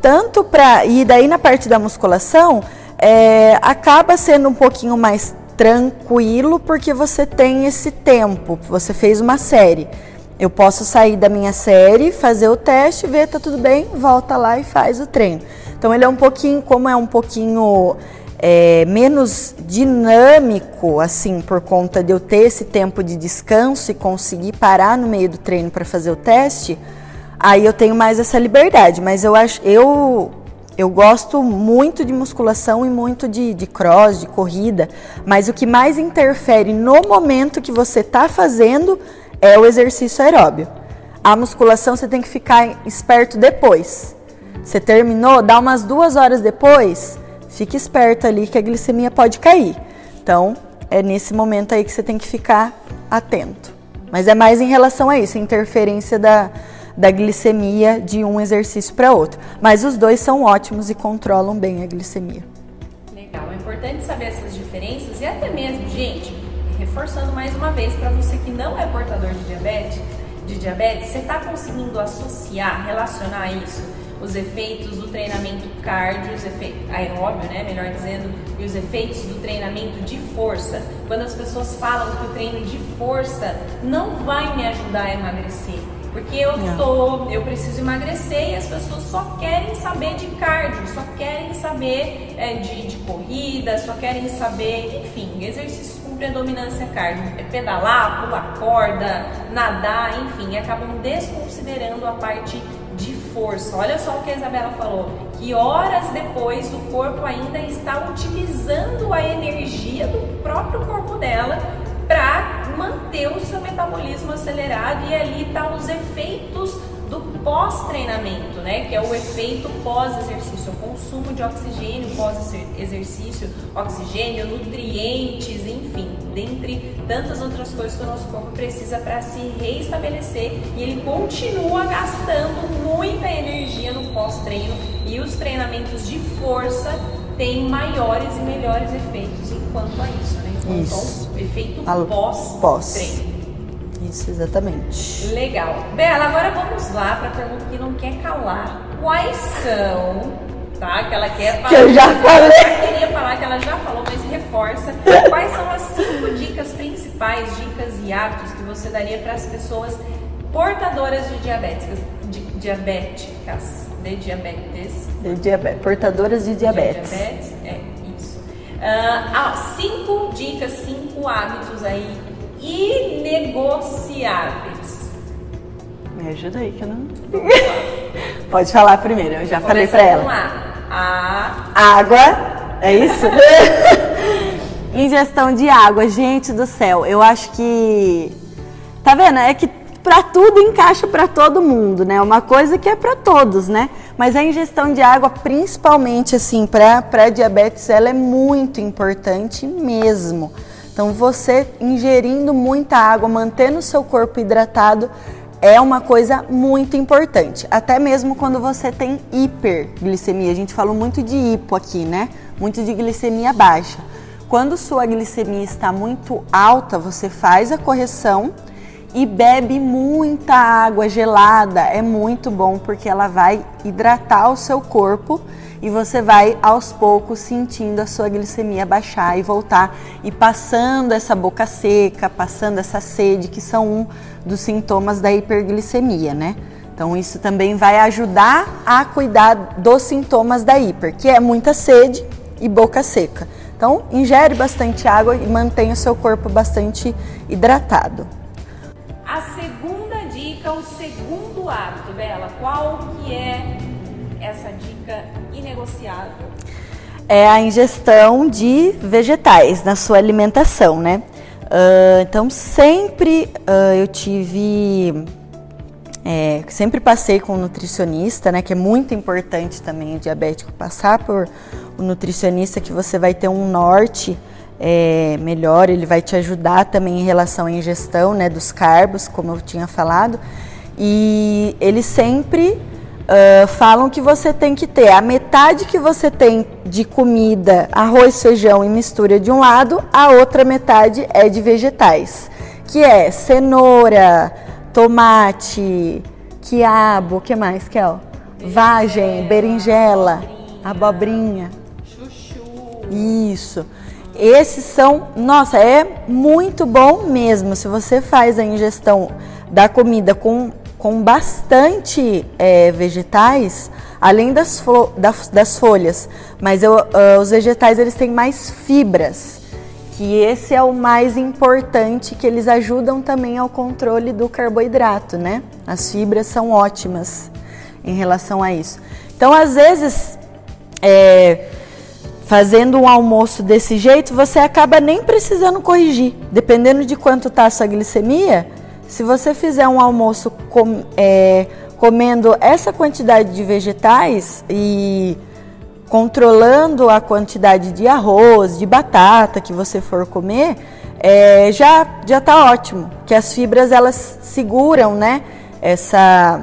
e daí na parte da musculação, acaba sendo um pouquinho mais tranquilo, porque você tem esse tempo, você fez uma série. Eu posso sair da minha série, fazer o teste, ver, tá tudo bem, volta lá e faz o treino. Então ele é um pouquinho, como é um pouquinho menos dinâmico, assim, por conta de eu ter esse tempo de descanso e conseguir parar no meio do treino para fazer o teste, aí eu tenho mais essa liberdade, mas eu gosto muito de musculação e muito de cross, de corrida, mas o que mais interfere no momento que você está fazendo é o exercício aeróbio. A musculação você tem que ficar esperto depois. Você terminou, dá umas 2 horas depois, fique esperto ali que a glicemia pode cair. Então, é nesse momento aí que você tem que ficar atento. Mas é mais em relação a isso, a interferência da glicemia de um exercício para outro. Mas os dois são ótimos e controlam bem a glicemia. Legal, é importante saber essas diferenças e até mesmo, gente, reforçando mais uma vez para você que não é portador de diabetes, você está conseguindo associar, relacionar isso, os efeitos do treinamento cardio, os efeitos aeróbio, né, melhor dizendo, e os efeitos do treinamento de força. Quando as pessoas falam que o treino de força não vai me ajudar a emagrecer, porque eu preciso emagrecer e as pessoas só querem saber de cardio, só querem saber de corrida, só querem saber, enfim, exercícios com predominância cardio, pedalar, pular corda, nadar, enfim, acabam desconsiderando a parte de força. Olha só o que a Isabela falou, que horas depois o corpo ainda está utilizando a energia do próprio corpo dela para manter o seu metabolismo acelerado, e ali tá os efeitos do pós-treinamento, né? Que é o efeito pós-exercício, o consumo de oxigênio pós-exercício, oxigênio, nutrientes, enfim, dentre tantas outras coisas que o nosso corpo precisa para se reestabelecer, e ele continua gastando muita energia no pós-treino, e os treinamentos de força têm maiores e melhores efeitos enquanto a isso, né? Isso. Então, efeito pós-treino. Isso, exatamente. Legal. Bela, agora vamos lá para a pergunta que não quer calar. Quais são, tá? Que ela quer falar. Que eu já falei. Eu queria falar que ela já falou, mas reforça. Quais são as 5 dicas principais, dicas e hábitos que você daria para as pessoas portadoras de diabetes? Portadoras de diabetes. É isso. 5 dicas, 5 hábitos aí inegociáveis. Me ajuda aí que eu não... Pode falar primeiro, eu já falei pra ela. Vamos lá. Água, é isso? Ingestão de água, gente do céu, eu acho que... Tá vendo? É que pra tudo encaixa pra todo mundo, né? Uma coisa que é pra todos, né? Mas a ingestão de água, principalmente assim, pra diabetes, ela é muito importante mesmo. Então você ingerindo muita água, mantendo o seu corpo hidratado, é uma coisa muito importante. Até mesmo quando você tem hiperglicemia, a gente falou muito de hipo aqui, né? Muito de glicemia baixa. Quando sua glicemia está muito alta, você faz a correção e bebe muita água gelada. É muito bom porque ela vai hidratar o seu corpo e você vai aos poucos sentindo a sua glicemia baixar e voltar e passando essa boca seca, passando essa sede, que são um dos sintomas da hiperglicemia, né? Então isso também vai ajudar a cuidar dos sintomas da hiper, que é muita sede e boca seca. Então ingere bastante água e mantenha o seu corpo bastante hidratado. A segunda dica, o segundo hábito, Bela, qual que é essa dica inegociável? É a ingestão de vegetais na sua alimentação, né? Então sempre eu sempre passei com um nutricionista, né? Que é muito importante também o diabético passar por um nutricionista, que você vai ter um norte melhor, ele vai te ajudar também em relação à ingestão, né, dos carbos, como eu tinha falado, e eles sempre falam que você tem que ter a metade que você tem de comida, arroz, feijão e mistura de um lado, a outra metade é de vegetais, que é cenoura, tomate, quiabo, o que mais, Kel? Vagem, berinjela, abobrinha. Chuchu. Isso. Esses são, nossa, é muito bom mesmo. Se você faz a ingestão da comida com bastante vegetais, além das folhas, mas os vegetais eles têm mais fibras, que esse é o mais importante, que eles ajudam também ao controle do carboidrato, né? As fibras são ótimas em relação a isso. Então, às vezes, fazendo um almoço desse jeito, você acaba nem precisando corrigir. Dependendo de quanto está a sua glicemia, se você fizer um almoço comendo essa quantidade de vegetais e controlando a quantidade de arroz, de batata que você for comer, já está ótimo. Que as fibras, elas seguram, né, essa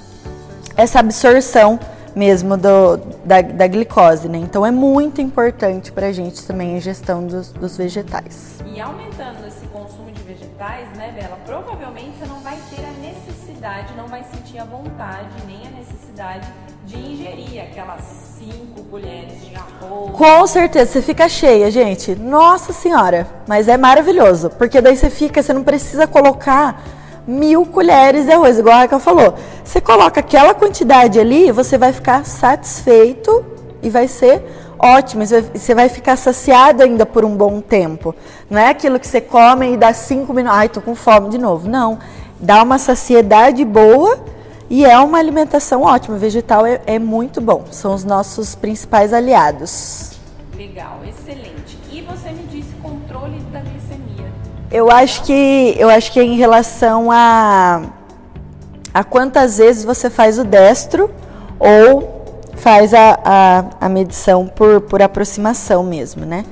absorção mesmo da glicose, né? Então é muito importante para a gente também a ingestão dos vegetais. E aumentando esse consumo de vegetais, né, Bela, provavelmente você não vai ter a necessidade, não vai sentir a vontade, nem a necessidade de ingerir aquelas 5 colheres de arroz. Com certeza, você fica cheia, gente. Nossa Senhora, mas é maravilhoso, porque daí você não precisa colocar 1000 colheres de arroz, igual a Raquel falou. Você coloca aquela quantidade ali, você vai ficar satisfeito e vai ser ótimo. Você vai ficar saciado ainda por um bom tempo. Não é aquilo que você come e dá 5 minutos, ai, tô com fome de novo. Não, dá uma saciedade boa e é uma alimentação ótima. O vegetal é muito bom, são os nossos principais aliados. Legal, excelente. E você me disse controle da glicemia. Eu acho que é em relação a quantas vezes você faz o destro ou faz a medição por aproximação mesmo, né?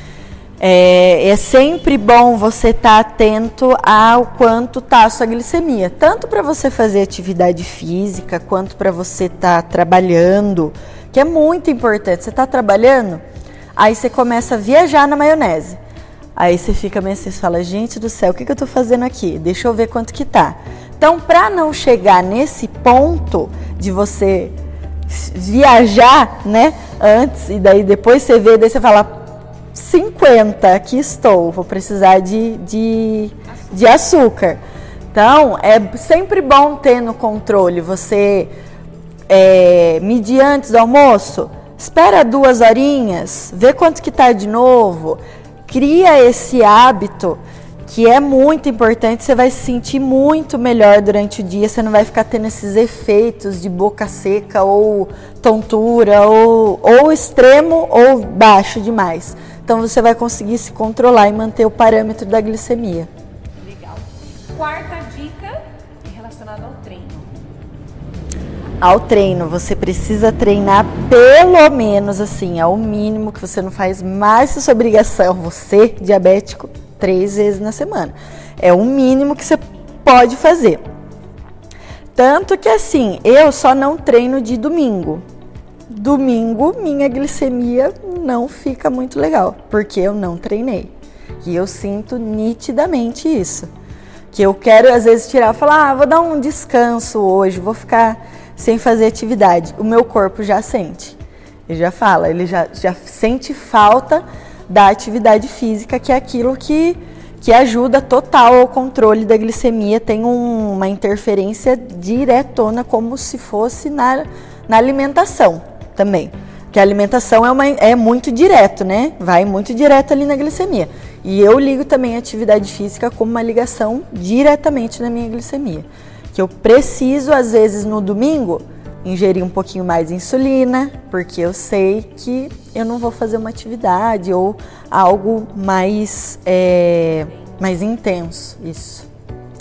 É sempre bom você estar atento ao quanto está a sua glicemia, tanto para você fazer atividade física, quanto para você estar trabalhando, que é muito importante. Você está trabalhando, aí você começa a viajar na maionese. Aí você fica meio assim, você fala, gente do céu, o que eu tô fazendo aqui? Deixa eu ver quanto que tá. Então, para não chegar nesse ponto de você viajar, né, antes, e daí depois você vê, daí você fala, 50, aqui estou, vou precisar de açúcar. Então, é sempre bom ter no controle, você medir antes do almoço, espera 2 horinhas, vê quanto que tá de novo. Cria esse hábito, que é muito importante, você vai se sentir muito melhor durante o dia, você não vai ficar tendo esses efeitos de boca seca ou tontura, ou extremo ou baixo demais. Então você vai conseguir se controlar e manter o parâmetro da glicemia. Legal. Quarta dica relacionada ao treino. Ao treino, você precisa treinar pelo menos assim, ao mínimo, que você não faz mais essa obrigação, você, diabético, 3 vezes na semana. É o mínimo que você pode fazer. Tanto que assim, eu só não treino de domingo. Domingo, minha glicemia não fica muito legal, porque eu não treinei. E eu sinto nitidamente isso. Que eu quero, às vezes, tirar e falar, vou dar um descanso hoje, vou ficar sem fazer atividade. O meu corpo já sente. Ele já fala, ele já sente falta da atividade física, que é aquilo que ajuda total ao controle da glicemia, tem uma interferência diretona, como se fosse na alimentação também. Porque a alimentação é muito direto, né? Vai muito direto ali na glicemia. E eu ligo também a atividade física como uma ligação diretamente na minha glicemia. Que eu preciso, às vezes, no domingo, ingerir um pouquinho mais de insulina, porque eu sei que eu não vou fazer uma atividade ou algo mais intenso. Isso.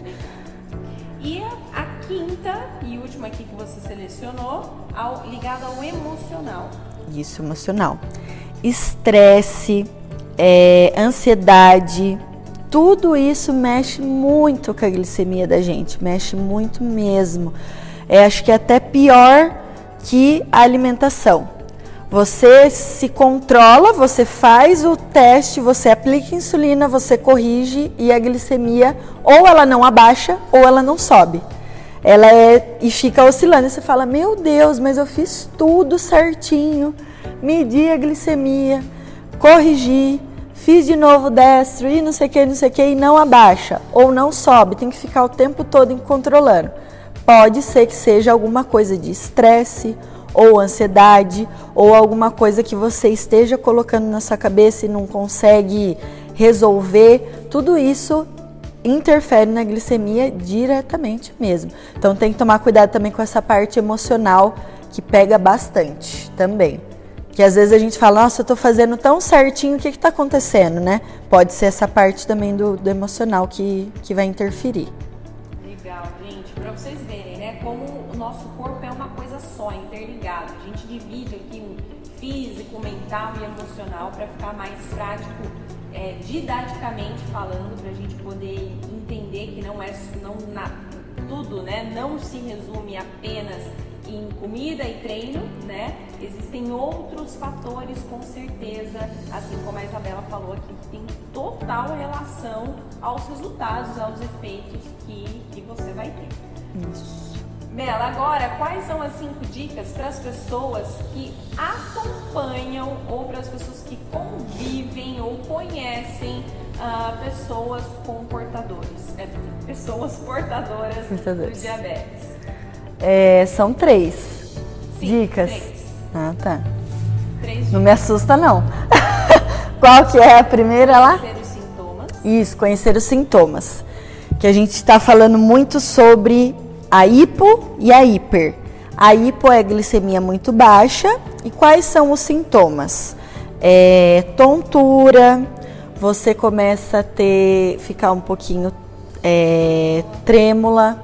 E a quinta e última aqui que você selecionou, ligada ao emocional. Isso, emocional. Estresse, ansiedade, tudo isso mexe muito com a glicemia da gente, mexe muito mesmo. Acho que é até pior que a alimentação. Você se controla, você faz o teste, você aplica insulina, você corrige e a glicemia ou ela não abaixa ou ela não sobe. E fica oscilando. E você fala, meu Deus, mas eu fiz tudo certinho, medi a glicemia, corrigi, fiz de novo destro e não sei o que, e não abaixa ou não sobe, tem que ficar o tempo todo controlando. Pode ser que seja alguma coisa de estresse ou ansiedade ou alguma coisa que você esteja colocando na sua cabeça e não consegue resolver. Tudo isso interfere na glicemia diretamente mesmo. Então tem que tomar cuidado também com essa parte emocional que pega bastante também. Que às vezes a gente fala, nossa, eu tô fazendo tão certinho, o que tá acontecendo, né? Pode ser essa parte também do emocional que vai interferir. Legal, gente, pra vocês verem, né, como o nosso corpo é uma coisa só, interligado. A gente divide aqui o físico, mental e emocional para ficar mais prático, didaticamente falando, pra gente poder entender que tudo, né, não se resume apenas em comida e treino, né? Existem outros fatores, com certeza, assim como a Isabela falou aqui, que tem total relação aos resultados, aos efeitos que você vai ter. Isso. Bela, agora, quais são as 5 dicas para as pessoas que acompanham ou para as pessoas que convivem ou conhecem pessoas portadoras do diabetes? São 3 dicas. 3. Ah, tá. 3 dicas. Não me assusta, não. Qual que é a primeira lá? Conhecer os sintomas. Isso, conhecer os sintomas. Que a gente está falando muito sobre a hipo e a hiper. A hipo é a glicemia muito baixa. E quais são os sintomas? Tontura, você começa a ficar um pouquinho trêmula,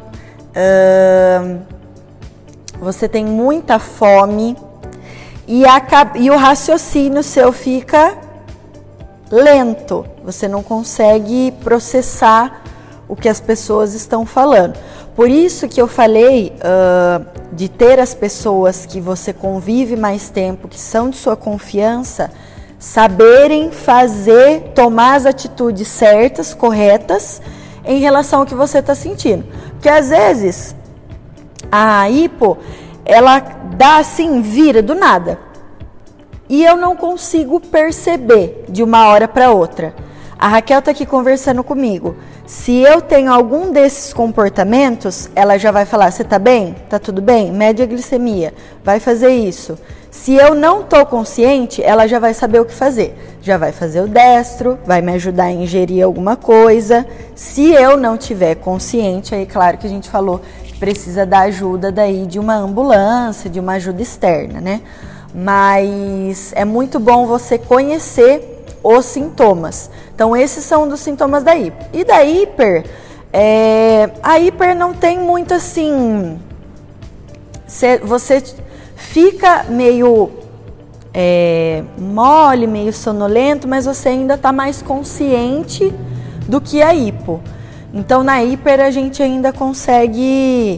você tem muita fome e o raciocínio seu fica lento, você não consegue processar o que as pessoas estão falando. Por isso que eu falei de ter as pessoas que você convive mais tempo, que são de sua confiança, saberem tomar as atitudes certas, corretas, em relação ao que você está sentindo. Porque às vezes a hipo, ela dá assim, vira do nada. E eu não consigo perceber de uma hora para outra. A Raquel está aqui conversando comigo. Se eu tenho algum desses comportamentos, ela já vai falar, você está bem? Está tudo bem? Mede a glicemia. Vai fazer isso. Se eu não estou consciente, ela já vai saber o que fazer. Já vai fazer o destro, vai me ajudar a ingerir alguma coisa. Se eu não tiver consciente, aí claro que a gente falou que precisa da ajuda daí de uma ambulância, de uma ajuda externa, né? Mas é muito bom você conhecer os sintomas. Então, esses são dos sintomas da hipo. E da hiper, a hiper não tem muito assim... Você fica meio mole, meio sonolento, mas você ainda está mais consciente do que a hipo. Então, na hiper, a gente ainda consegue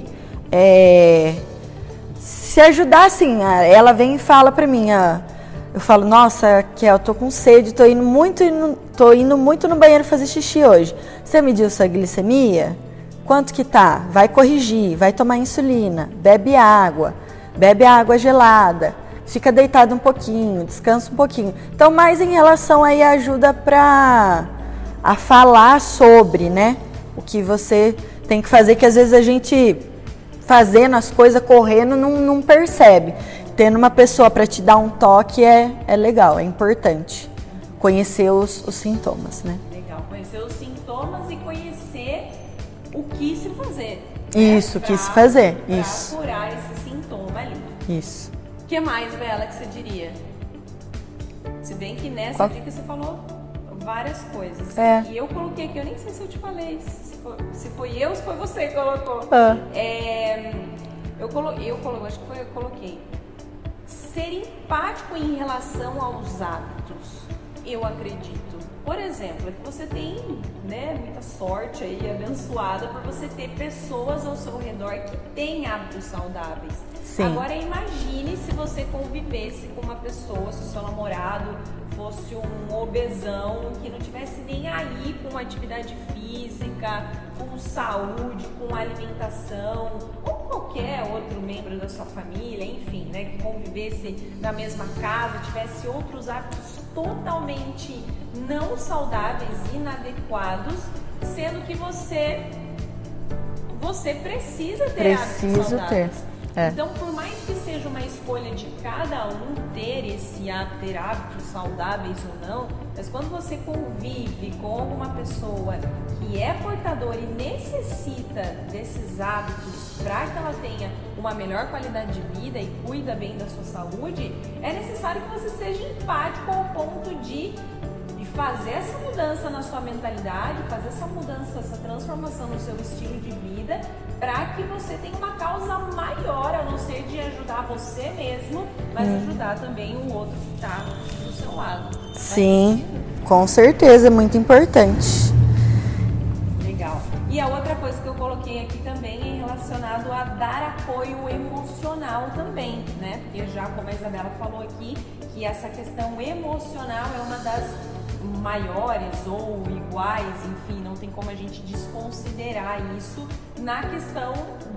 se ajudar, assim. Ela vem e fala pra mim, eu falo, nossa, Kel, tô com sede, tô indo muito no banheiro fazer xixi hoje. Você mediu sua glicemia? Quanto que tá? Vai corrigir, vai tomar insulina, bebe água gelada, fica deitado um pouquinho, descansa um pouquinho. Então, mais em relação aí ajuda a falar sobre, né, o que você tem que fazer, que às vezes a gente fazendo as coisas, correndo, não percebe. Tendo uma pessoa para te dar um toque é legal, é importante conhecer os sintomas, né? Legal, conhecer os sintomas e conhecer o que se fazer. Isso, o que se fazer. Pra isso. curar esse sintoma ali. Isso. O que mais, Bela, que você diria? Se bem que nessa dica você falou várias coisas. E eu coloquei aqui, eu nem sei se eu te falei, se foi eu ou se foi você que colocou. Acho que foi eu que coloquei. Ser empático em relação aos hábitos, eu acredito. Por exemplo, é que você tem, né, muita sorte aí, abençoada, por você ter pessoas ao seu redor que têm hábitos saudáveis. Sim. Agora imagine se você convivesse com uma pessoa, se o seu namorado fosse um obesão, que não tivesse nem aí com atividade física, com saúde, com alimentação, ou qualquer outro membro da sua família, enfim, né, que convivesse na mesma casa, tivesse outros hábitos totalmente não saudáveis, inadequados, sendo que você precisa ter hábitos saudáveis. Então, por mais que seja uma escolha de cada um ter hábitos saudáveis ou não, mas quando você convive com alguma pessoa que é portadora e necessita desses hábitos para que ela tenha uma melhor qualidade de vida e cuida bem da sua saúde, é necessário que você seja empático ao ponto de fazer essa mudança na sua mentalidade, fazer essa mudança, essa transformação no seu estilo de vida, para que você tenha uma causa maior, a não ser de ajudar você mesmo, mas ajudar também o outro que está do seu lado. Sim, com certeza, é muito importante. Legal. E a outra coisa que eu coloquei aqui também é relacionado a dar apoio emocional também, né? Porque já, como a Isabela falou aqui, que essa questão emocional é uma das maiores ou iguais, enfim, não tem como a gente desconsiderar isso na questão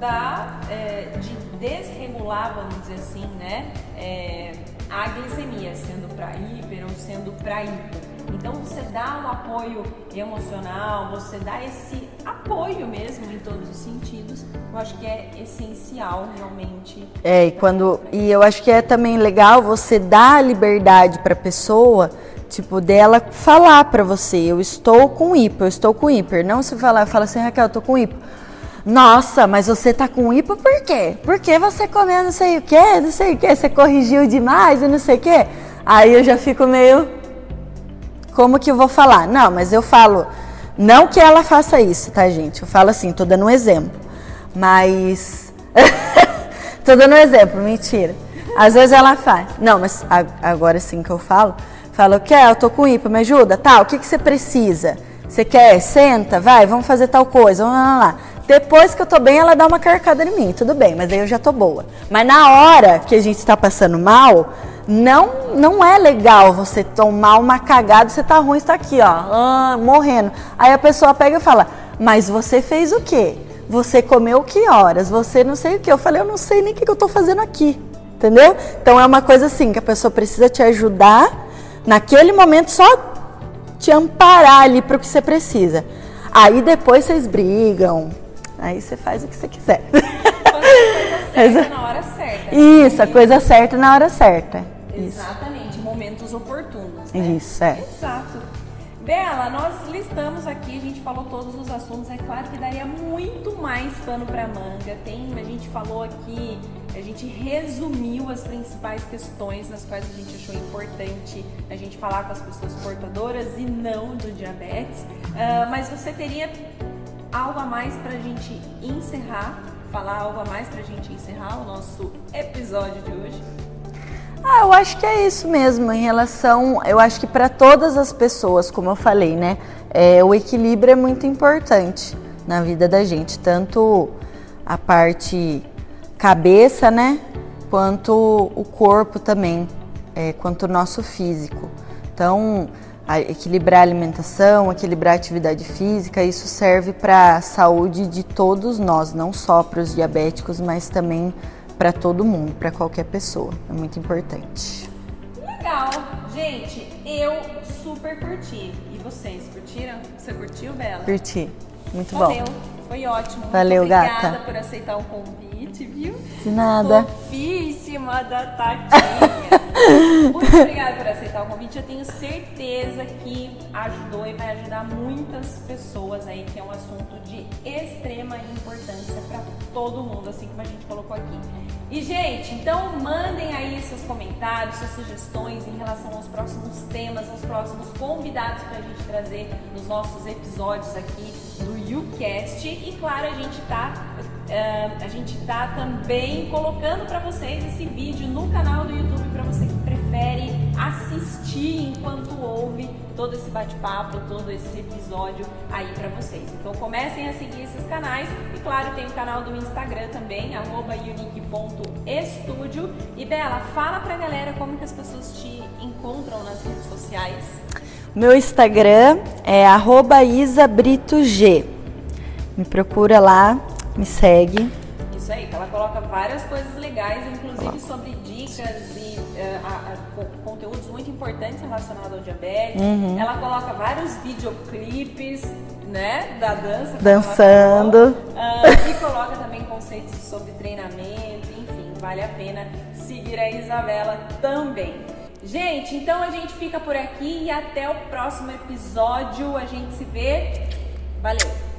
de desregular, vamos dizer assim, né, a glicemia, sendo para hiper ou sendo para hipo. Então você dá um apoio emocional, você dá esse apoio mesmo em todos os sentidos, eu acho que é essencial realmente. E eu acho que é também legal você dar a liberdade para a pessoa, tipo, dela falar pra você, eu estou com hipo. Não se fala assim, Raquel, eu tô com hipo. Nossa, mas você tá com hipo por quê? Porque você comeu não sei o que, você corrigiu demais e não sei o que. Aí eu já fico meio, como que eu vou falar? Não, mas eu falo, não que ela faça isso, tá, gente? Eu falo assim, tô dando um exemplo. Mas, tô dando um exemplo, mentira. Às vezes ela faz. Não, mas agora sim que eu falo, eu tô com hipo, me ajuda? Tá, o que você precisa? Você quer? Senta, vai, vamos fazer tal coisa, vamos lá. Depois que eu tô bem, ela dá uma carcada em mim, tudo bem, mas aí eu já tô boa. Mas na hora que a gente tá passando mal, não é legal você tomar uma cagada, você tá ruim, você tá aqui, ó, morrendo. Aí a pessoa pega e fala, mas você fez o quê? Você comeu que horas? Você não sei o quê. Eu falei, eu não sei nem o que eu tô fazendo aqui, entendeu? Então é uma coisa assim, que a pessoa precisa te ajudar naquele momento, só te amparar ali para o que você precisa. Aí depois vocês brigam, aí você faz o que você quiser. Coisa certa na hora certa. Isso, a coisa certa na hora certa. Exatamente, momentos oportunos. Né? Isso, é. Exato. Bela, nós listamos aqui, a gente falou todos os assuntos, é claro que daria muito mais pano para manga. A gente falou aqui, a gente resumiu as principais questões nas quais a gente achou importante a gente falar com as pessoas portadoras e não do diabetes. Mas você teria algo a mais para a gente encerrar? Falar algo a mais para a gente encerrar o nosso episódio de hoje? Eu acho que é isso mesmo, em relação, eu acho que para todas as pessoas, como eu falei, né, o equilíbrio é muito importante na vida da gente, tanto a parte cabeça, né, quanto o corpo também, quanto o nosso físico. Então, equilibrar a alimentação, equilibrar a atividade física, isso serve para a saúde de todos nós, não só para os diabéticos, mas também para todo mundo, para qualquer pessoa. É muito importante. Legal. Gente, eu super curti. E vocês curtiram? Você curtiu, Bela? Curti. Muito Valeu. bom. Foi ótimo. Valeu, muito obrigada gata. por aceitar o convite, viu? De nada. Fofíssima da Tatinha. Muito obrigada por aceitar o convite. Eu tenho certeza que ajudou e vai ajudar muitas pessoas aí, que é um assunto de extrema importância para todo mundo, assim como a gente colocou aqui. E, gente, então mandem aí seus comentários, suas sugestões em relação aos próximos temas, aos próximos convidados para a gente trazer nos nossos episódios aqui do YouCast. E, claro, a gente tá também colocando para vocês esse vídeo no canal do YouTube para você que prefere assistir enquanto ouve todo esse bate-papo, todo esse episódio aí para vocês. Então comecem a seguir esses canais e, claro, tem o canal do Instagram também, @unique.studio. E, Bela, fala pra galera como que as pessoas te encontram nas redes sociais. Meu Instagram é @isabritog. Me procura lá, me segue. Isso aí, que ela coloca várias coisas legais, inclusive sobre dicas e conteúdos muito importantes relacionados ao diabetes. Ela coloca vários videoclipes, né, da dança. Dançando. E coloca também conceitos sobre treinamento, enfim, vale a pena seguir a Isabela também. Gente, então a gente fica por aqui e até o próximo episódio. A gente se vê. Valeu!